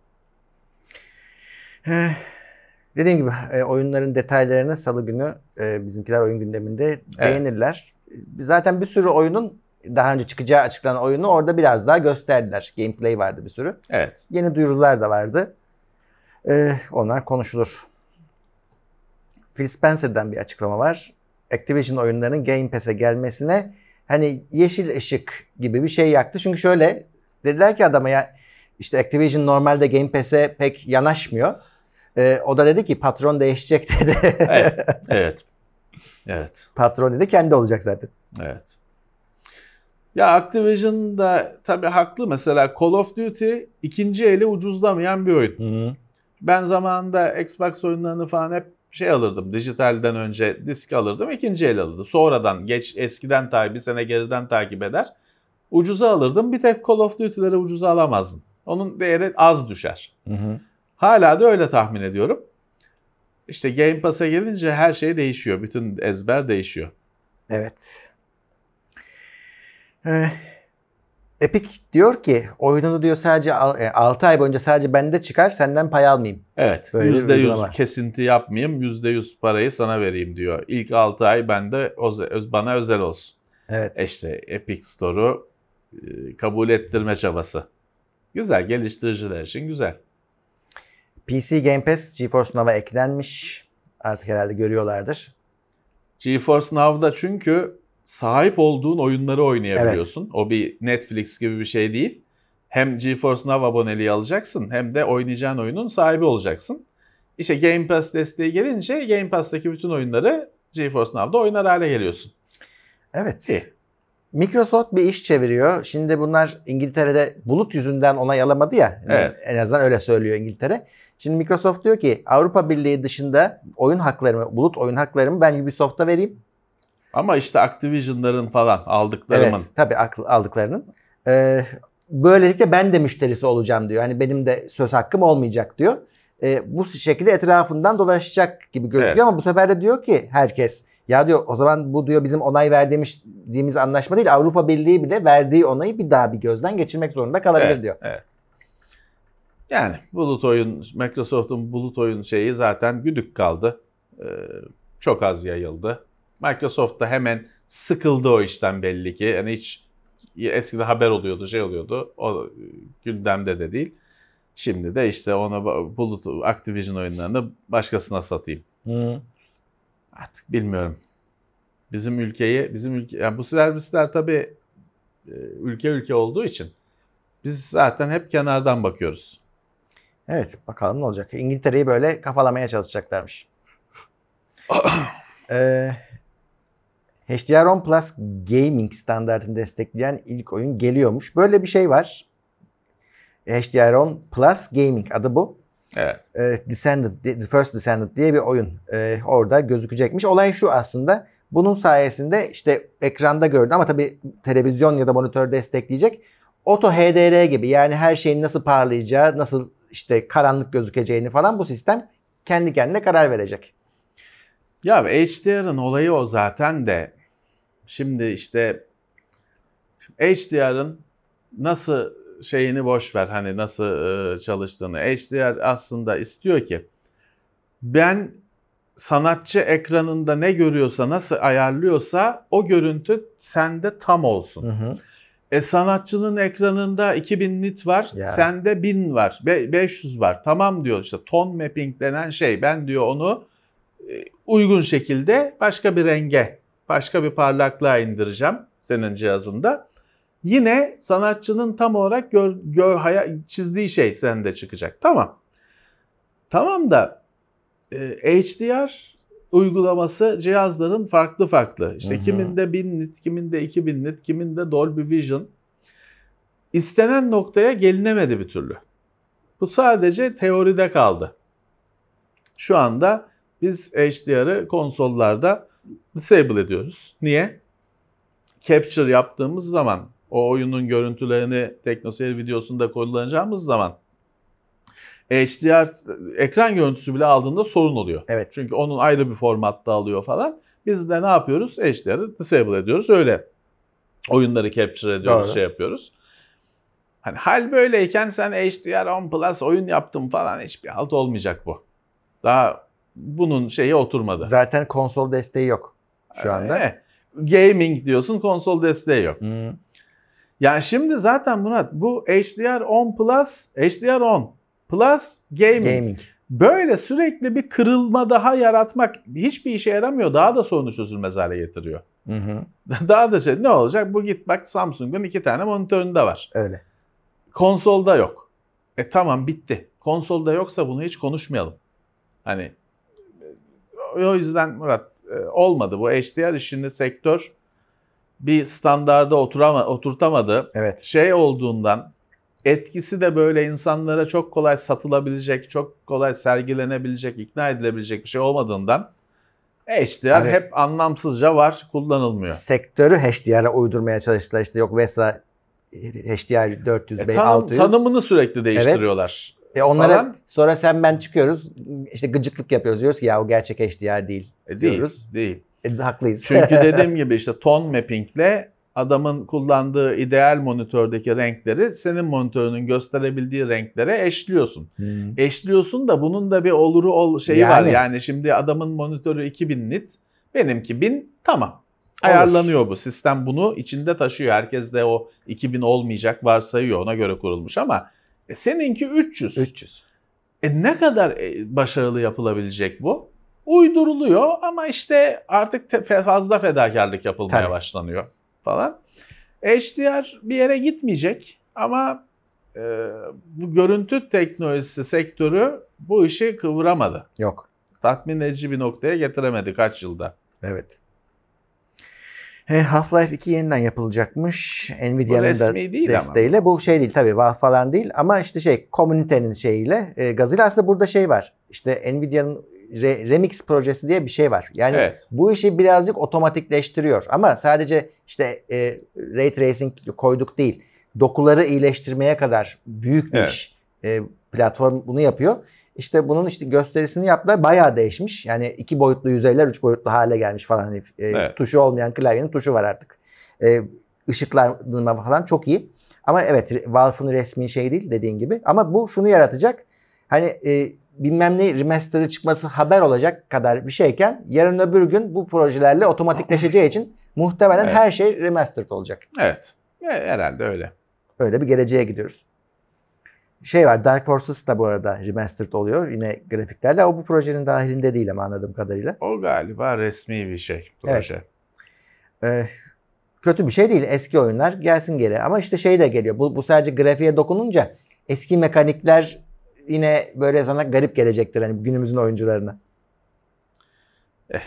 Eh, Dediğim gibi e, oyunların detaylarını Salı günü e, bizimkiler oyun gündeminde değinirler. Zaten bir sürü oyunun daha önce çıkacağı açıklanan oyunu orada biraz daha gösterdiler. Gameplay vardı bir sürü.
Evet.
Yeni duyurular da vardı. E, onlar konuşulur. Phil Spencer'dan bir açıklama var. Activision oyunlarının Game Pass'e gelmesine hani yeşil ışık gibi bir şey yaktı. Çünkü şöyle dediler ki adama, ya işte Activision normalde Game Pass'e pek yanaşmıyor. Ee, o da dedi ki patron değişecek dedi.
Evet. Evet. Evet.
Patron dedi kendi olacak zaten.
Evet. Ya Activision da tabii haklı. Mesela Call of Duty ikinci eli ucuzlamayan bir oyun.
Hı-hı.
Ben zamanında Xbox oyunlarını falan hep şey alırdım. Dijitalden önce disk alırdım. İkinci el alırdım. Sonradan geç eskiden takip, bir sene geriden takip eder. Ucuza alırdım. Bir tek Call of Duty'leri ucuza alamazdın. Onun değeri az düşer.
Hı-hı.
Hala da öyle tahmin ediyorum. İşte Game Pass'e gelince her şey değişiyor. Bütün ezber değişiyor.
Evet. Ee, Epic diyor ki oyununu diyor sadece altı ay boyunca sadece bende çıkar, senden pay almayayım.
Evet.
Böyle bir
yüzde yüz
uygulama.
kesinti yapmayayım. yüzde yüz parayı sana vereyim diyor. İlk altı ay bende bana özel olsun.
Evet.
E İşte Epic Store'u kabul ettirme çabası. Güzel. Geliştiriciler için güzel.
P C Game Pass GeForce Now'a eklenmiş. Artık herhalde görüyorlardır.
GeForce Now'da çünkü sahip olduğun oyunları oynayabiliyorsun. Evet. O bir Netflix gibi bir şey değil. Hem GeForce Now aboneliği alacaksın hem de oynayacağın oyunun sahibi olacaksın. İşte Game Pass desteği gelince Game Pass'taki bütün oyunları GeForce Now'da oynar hale geliyorsun.
Evet.
İyi.
Microsoft bir iş çeviriyor. Şimdi bunlar İngiltere'de bulut yüzünden onay alamadı ya.
Evet.
En azından öyle söylüyor İngiltere. Şimdi Microsoft diyor ki Avrupa Birliği dışında oyun haklarımı, bulut oyun haklarımı ben Ubisoft'a vereyim.
Ama işte Activision'ların falan aldıklarımın.
Evet, tabii aldıklarının. Ee, böylelikle ben de müşterisi olacağım diyor. Hani benim de söz hakkım olmayacak diyor. Ee, bu şekilde etrafından dolaşacak gibi gözüküyor
Evet.
ama bu sefer de diyor ki herkes ya diyor o zaman bu diyor bizim onay verdiğimiz anlaşma değil. Avrupa Birliği bile verdiği onayı bir daha bir gözden geçirmek zorunda kalabilir
Evet,
diyor.
evet. Yani bulut oyun, Microsoft'un bulut oyun şeyi zaten güdük kaldı. Ee, çok az yayıldı. Microsoft da hemen sıkıldı o işten belli ki. Yani hiç eskiden haber oluyordu, şey oluyordu. O gündemde de değil. Şimdi de işte ona bulut Activision oyunlarını başkasına satayım.
Hı.
Artık bilmiyorum. Bizim ülkeyi, bizim ülke, yani bu servisler tabii ülke ülke olduğu için biz zaten hep kenardan bakıyoruz.
Evet, bakalım ne olacak. İngiltere'yi böyle kafalamaya çalışacaklarmış. ee, H D R on Plus Gaming standartını destekleyen ilk oyun geliyormuş. Böyle bir şey var. H D R on Plus Gaming adı bu.
Evet.
Ee, Descendant, The First Descendant diye bir oyun ee, orada gözükecekmiş. Olay şu aslında. Bunun sayesinde işte ekranda gördü ama tabii televizyon ya da monitör destekleyecek. Auto H D R gibi yani her şeyin nasıl parlayacağı, nasıl işte karanlık gözükeceğini falan bu sistem kendi kendine karar verecek.
Ya H D R'ın olayı o zaten de. Şimdi işte H D R'ın nasıl şeyini boş ver, hani nasıl çalıştığını. H D R aslında istiyor ki ben sanatçı ekranında ne görüyorsa, nasıl ayarlıyorsa o görüntü sende tam olsun.
Hı hı.
E sanatçının ekranında iki bin nit var,
ya.
Sende bin var, beş yüz var. Tamam diyor işte tone mapping denen şey. Ben diyor onu uygun şekilde başka bir renge, başka bir parlaklığa indireceğim senin cihazında. Yine sanatçının tam olarak gör, gör, hayal, çizdiği şey sende çıkacak. Tamam. Tamam da e, H D R uygulaması cihazların farklı farklı. İşte
hı hı.
kiminde bin nit, kiminde iki bin nit, kiminde Dolby Vision. İstenen noktaya gelinemedi bir türlü. Bu sadece teoride kaldı. Şu anda biz H D R'ı konsollarda disable ediyoruz. Niye? Capture yaptığımız zaman, o oyunun görüntülerini TeknoSeyir videosunda kullanacağımız zaman H D R ekran görüntüsü bile aldığında sorun oluyor.
Evet.
Çünkü onun ayrı bir formatta alıyor falan. Biz de ne yapıyoruz? H D R'ı disable ediyoruz. Öyle oyunları capture ediyoruz,
Doğru.
şey yapıyoruz. Hani hal böyleyken sen H D R on Plus oyun yaptın falan, hiçbir halt olmayacak bu. Daha bunun şeyi oturmadı.
Zaten konsol desteği yok şu anda.
Ee, gaming diyorsun, konsol desteği yok.
Hı.
Yani şimdi zaten Murat bu H D R on Plus, H D R on Plus gaming.
Gaming.
Böyle sürekli bir kırılma daha yaratmak hiçbir işe yaramıyor. Daha da sorunu çözülmez hale getiriyor.
Hı hı.
Daha da şey ne olacak? Bu git bak Samsung'un iki tane monitöründe var.
Öyle.
Konsolda yok. E tamam bitti. Konsolda yoksa bunu hiç konuşmayalım. Hani o yüzden Murat olmadı. Bu H D R işini sektör bir standarda oturama, oturtamadı.
Evet.
Şey olduğundan, etkisi de böyle insanlara çok kolay satılabilecek, çok kolay sergilenebilecek, ikna edilebilecek bir şey olmadığından H D R
Abi,
hep anlamsızca var, kullanılmıyor.
Sektörü H D R'a uydurmaya çalıştılar. İşte yok Vesa H D R dört yüz,
E, tanım,
altı yüz.
tanımını sürekli değiştiriyorlar.
E onlara
falan.
sonra sen ben çıkıyoruz işte gıcıklık yapıyoruz diyoruz ki ya o gerçek H D R değil
E, değil,
diyoruz.
değil.
E, haklıyız.
Çünkü dediğim gibi işte tone mappingle adamın kullandığı ideal monitördeki renkleri senin monitörünün gösterebildiği renklere eşliyorsun.
Hmm.
Eşliyorsun da bunun da bir oluru ol şeyi
Yani.
var. Yani şimdi adamın monitörü iki bin nit, benimki bin, tamam. Ayarlanıyor bu. Sistem bunu içinde taşıyor. Herkes de o iki bin olmayacak varsayıyor. Ona göre kurulmuş ama e, seninki üç yüz.
üç yüz.
E ne kadar başarılı yapılabilecek bu? Uyduruluyor ama işte artık te- fazla fedakarlık yapılmaya
Tabii.
başlanıyor falan. H D R bir yere gitmeyecek ama e, bu görüntü teknolojisi sektörü bu işi kıvıramadı.
Yok.
Tatmin edici bir noktaya getiremedi kaç yılda.
Evet. Half-Life iki yeniden yapılacakmış. Nvidia'nın da
resmi değil
desteğiyle.
ama.
Bu şey değil tabii, Valve falan değil ama işte şey, komünitenin şeyiyle, e, gazıyla. Aslında burada şey var. İşte Nvidia'nın Re- Remix projesi diye bir şey var. Yani
Evet.
bu işi birazcık otomatikleştiriyor. Ama sadece işte e, Ray Tracing koyduk değil. Dokuları iyileştirmeye kadar büyük bir
Evet.
iş. E, platform bunu yapıyor. İşte bunun işte gösterisini yaptılar. Bayağı değişmiş. Yani iki boyutlu yüzeyler üç boyutlu hale gelmiş falan. Hani, e,
Evet.
tuşu olmayan klavyenin tuşu var artık. E, ışıklandırma falan çok iyi. Ama evet, Valve'ın resmi şey değil dediğin gibi. Ama bu şunu yaratacak. Hani e, bilmem ne remaster'ı çıkması haber olacak kadar bir şeyken yarın öbür gün bu projelerle otomatikleşeceği için muhtemelen
Evet.
her şey remastered olacak.
Evet. E, herhalde öyle.
Öyle bir geleceğe gidiyoruz. Şey var, Dark Forces da bu arada remastered oluyor yine grafiklerle. O bu projenin dahilinde değil ama anladığım kadarıyla.
O galiba resmi bir şey. Proje.
Ee, kötü bir şey değil. Eski oyunlar gelsin geri. Ama işte şey de geliyor. Bu, bu sadece grafiğe dokununca eski mekanikler yine böyle sana garip gelecektir hani günümüzün oyuncularına.
Eh.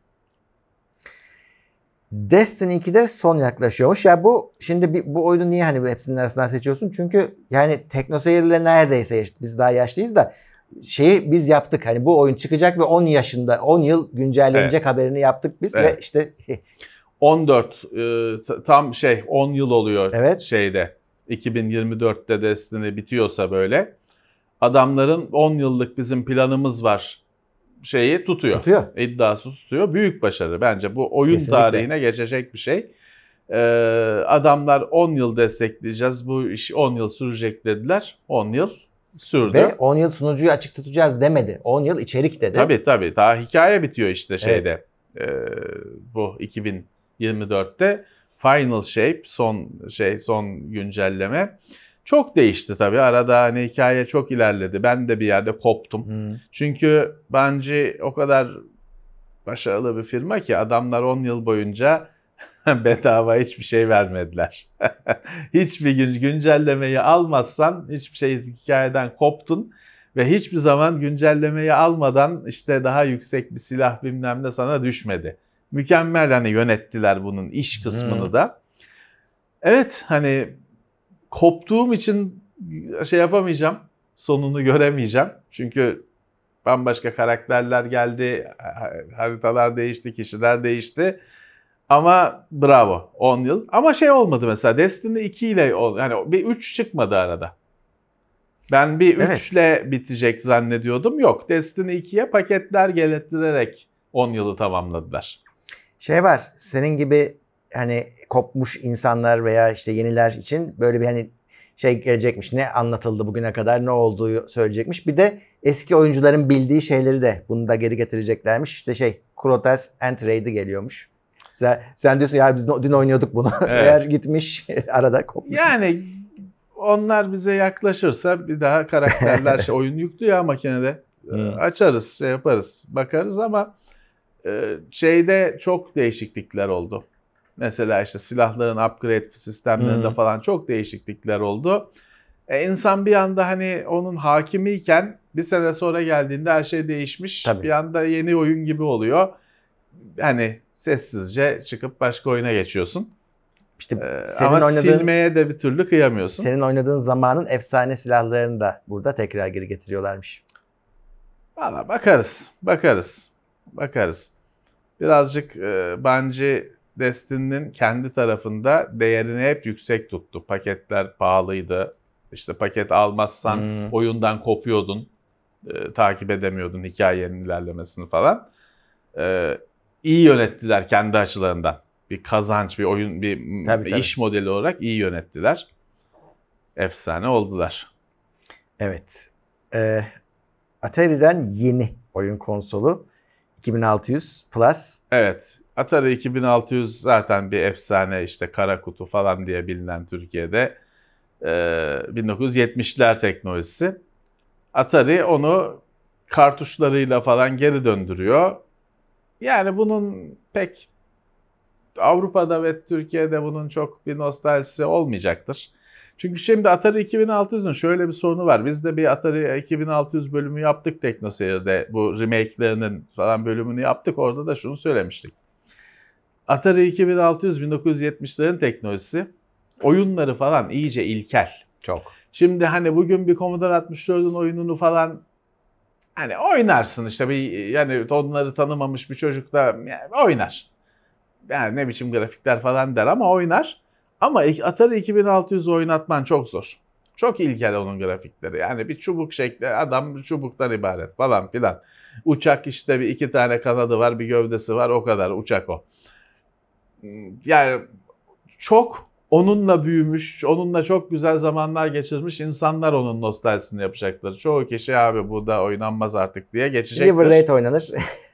Destiny ikide son yaklaşıyormuş. Ya bu şimdi bir, bu oyunu niye hani hepsinin arasından seçiyorsun? Çünkü yani TeknoSeyir'le neredeyse yaşıt. Biz daha yaşlıyız da şeyi biz yaptık. Hani bu oyun çıkacak ve on yaşında on yıl güncellenecek
Evet.
haberini yaptık biz
Evet.
ve işte
on dört e, t- tam şey on yıl oluyor
Evet.
şeyde. iki bin yirmi dörtte Destiny bitiyorsa böyle. Adamların on yıllık bizim planımız var şeyi tutuyor.
Tutuyor.
İddiası tutuyor. Büyük başarı bence. Bu oyun
Kesinlikle.
tarihine geçecek bir şey. Ee, adamlar on yıl destekleyeceğiz. Bu iş on yıl sürecek dediler. on yıl sürdü.
Ve on yıl sunucuyu açık tutacağız demedi. on yıl içerik dedi.
Tabii tabii. Daha hikaye bitiyor işte şeyde. Ee, bu iki bin yirmi dörtte Final Shape son şey son güncelleme. Çok değişti tabii. Arada hani hikaye çok ilerledi. Ben de bir yerde koptum.
Hmm.
Çünkü bence o kadar başarılı bir firma ki adamlar on yıl boyunca bedava hiçbir şey vermediler. Hiçbir gün güncellemeyi almazsan hiçbir şey hikayeden koptun ve hiçbir zaman güncellemeyi almadan işte daha yüksek bir silah bilmem ne sana düşmedi. Mükemmel hani yönettiler bunun iş kısmını
Hmm.
da. Evet hani koptuğum için şey yapamayacağım. Sonunu göremeyeceğim. Çünkü bambaşka karakterler geldi, haritalar değişti, kişiler değişti. Ama bravo on yıl. Ama şey olmadı mesela Destiny iki ile yani bir üç çıkmadı arada. Ben bir
Evet.
üç ile bitecek zannediyordum. Yok, Destiny ikiye paketler getirerek on yılı tamamladılar.
Şey var, senin gibi hani kopmuş insanlar veya işte yeniler için böyle bir hani şey gelecekmiş. Ne anlatıldı bugüne kadar, ne olduğu söyleyecekmiş. Bir de eski oyuncuların bildiği şeyleri de bunu da geri getireceklermiş. İşte şey, Crotas and Raid'i geliyormuş. Sen, sen diyorsun ya biz dün oynuyorduk bunu.
Evet.
Eğer gitmiş arada kopmuş.
Yani onlar bize yaklaşırsa bir daha karakterler şey, oyun yüklü ya makinede.
Hmm.
Açarız, şey yaparız, bakarız ama e, şeyde çok değişiklikler oldu. Mesela işte silahların upgrade sistemlerinde
Hmm.
falan çok değişiklikler oldu. E, insan bir anda hani onun hakimiyken bir sene sonra geldiğinde her şey değişmiş.
Tabii.
Bir anda yeni oyun gibi oluyor. Hani sessizce çıkıp başka oyuna geçiyorsun.
İşte
Ee,
senin
ama
oynadığın,
silmeye de bir türlü kıyamıyorsun.
senin oynadığın zamanın efsane silahlarını da burada tekrar geri getiriyorlarmış.
Valla bakarız, bakarız, bakarız. Birazcık e, bence Destiny'nin kendi tarafında değerini hep yüksek tuttu. Paketler pahalıydı. İşte paket almazsan
Hmm.
oyundan kopuyordun. E, takip edemiyordun hikayenin ilerlemesini falan. E, iyi yönettiler kendi açılarından. Bir kazanç, bir oyun, bir
Tabii, tabii.
iş modeli olarak iyi yönettiler. Efsane oldular.
Evet. Ee, Atari'den yeni oyun konsolu iki bin altı yüz Plus.
Evet. Atari iki bin altı yüz zaten bir efsane işte kara kutu falan diye bilinen Türkiye'de ee, bin dokuz yüz yetmişler teknolojisi. Atari onu kartuşlarıyla falan geri döndürüyor. Yani bunun pek Avrupa'da ve Türkiye'de bunun çok bir nostaljisi olmayacaktır. Çünkü şimdi Atari iki bin altı yüzün şöyle bir sorunu var. Biz de bir Atari iki bin altı yüz bölümü yaptık TeknoSeyir'de. Bu remake'lerinin falan bölümünü yaptık. Orada da şunu söylemiştik. Atari iki bin altı yüz bin dokuz yüz yetmişlerin teknolojisi. Oyunları falan iyice ilkel.
Çok.
Şimdi hani bugün bir Commodore altmış dördün oyununu falan hani oynarsın işte bir yani onları tanımamış bir çocuk da yani oynar. Yani ne biçim grafikler falan der ama oynar. Ama Atari iki bin altı yüz oynatman çok zor. Çok ilkel onun grafikleri. Yani bir çubuk şekli, adam bir çubuktan ibaret falan filan. Uçak işte bir iki tane kanadı var, bir gövdesi var, o kadar uçak o. Yani çok onunla büyümüş, onunla çok güzel zamanlar geçirmiş insanlar onun nostaljisini yapacaktır. Çoğu kişi abi bu da oynanmaz artık diye geçecektir.
River Raid oynanır.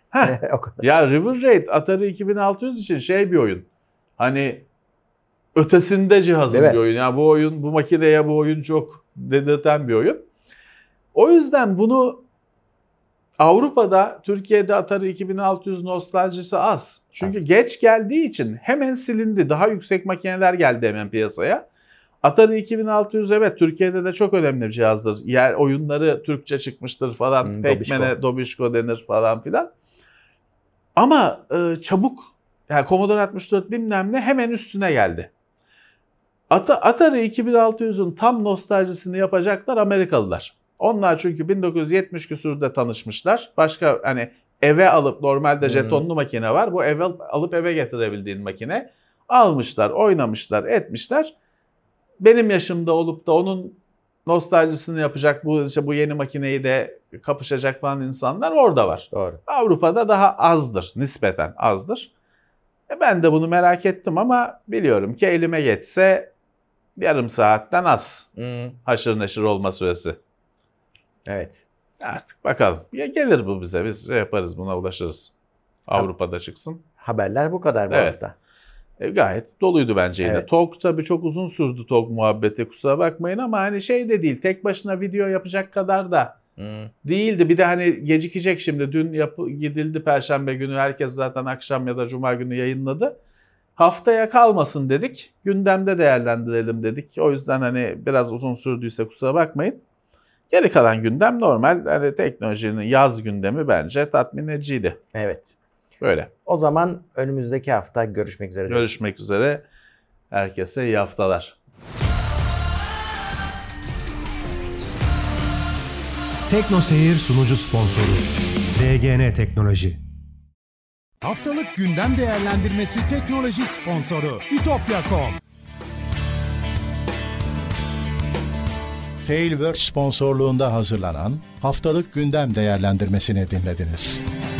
Ya River Raid Atari iki bin altı yüz için şey bir oyun. Hani ötesinde cihazın bir oyun. Yani bu oyun, bu makineye bu oyun çok dedirten bir oyun. O yüzden bunu Avrupa'da, Türkiye'de Atari iki bin altı yüz nostaljisi az. Çünkü az. Geç geldiği için hemen silindi. Daha yüksek makineler geldi hemen piyasaya. Atari iki bin altı yüz evet Türkiye'de de çok önemli bir cihazdır. Yer oyunları Türkçe çıkmıştır falan. Hmm, Pac-Man'e Dobişko denir falan filan. Ama e, çabuk yani Commodore altmış dört bilmem ne hemen üstüne geldi. At- Atari iki bin altı yüzün tam nostaljisini yapacaklar Amerikalılar. Onlar çünkü bin dokuz yüz yetmiş küsürde tanışmışlar. Başka hani eve alıp normalde jetonlu hmm. makine var. Bu eve alıp eve getirebildiğin makine. Almışlar, oynamışlar, etmişler. Benim yaşımda olup da onun nostaljisini yapacak bu işte bu yeni makineyi de kapışacak falan insanlar orada var.
Doğru.
Avrupa'da daha azdır, nispeten azdır. E ben de bunu merak ettim ama biliyorum ki elime geçse yarım saatten az hmm. haşır neşir olma süresi.
Evet.
Artık bakalım. Ya gelir bu bize. Biz şey yaparız, buna ulaşırız. Avrupa'da çıksın.
Haberler bu kadar bu
evet.
hafta.
E, gayet doluydu bence yine.
Evet.
Talk tabii çok uzun sürdü Talk muhabbeti, kusura bakmayın ama hani şey de değil. Tek başına video yapacak kadar da hmm. değildi. Bir de hani gecikecek şimdi. Dün yapı, gidildi Perşembe günü. Herkes zaten akşam ya da Cuma günü yayınladı. Haftaya kalmasın dedik. Gündemde değerlendirelim dedik. O yüzden hani biraz uzun sürdüyse kusura bakmayın. Geri kalan gündem normal. Yani teknolojinin yaz gündemi bence tatmin ediciydi.
Evet.
Böyle.
O zaman önümüzdeki hafta görüşmek üzere.
Görüşmek üzere. Herkese iyi haftalar.
TeknoSeyir sunucu sponsoru D G N Teknoloji.
Haftalık gündem değerlendirmesi teknoloji sponsoru itopya nokta com.
Tailwords sponsorluğunda hazırlanan haftalık gündem değerlendirmesini dinlediniz.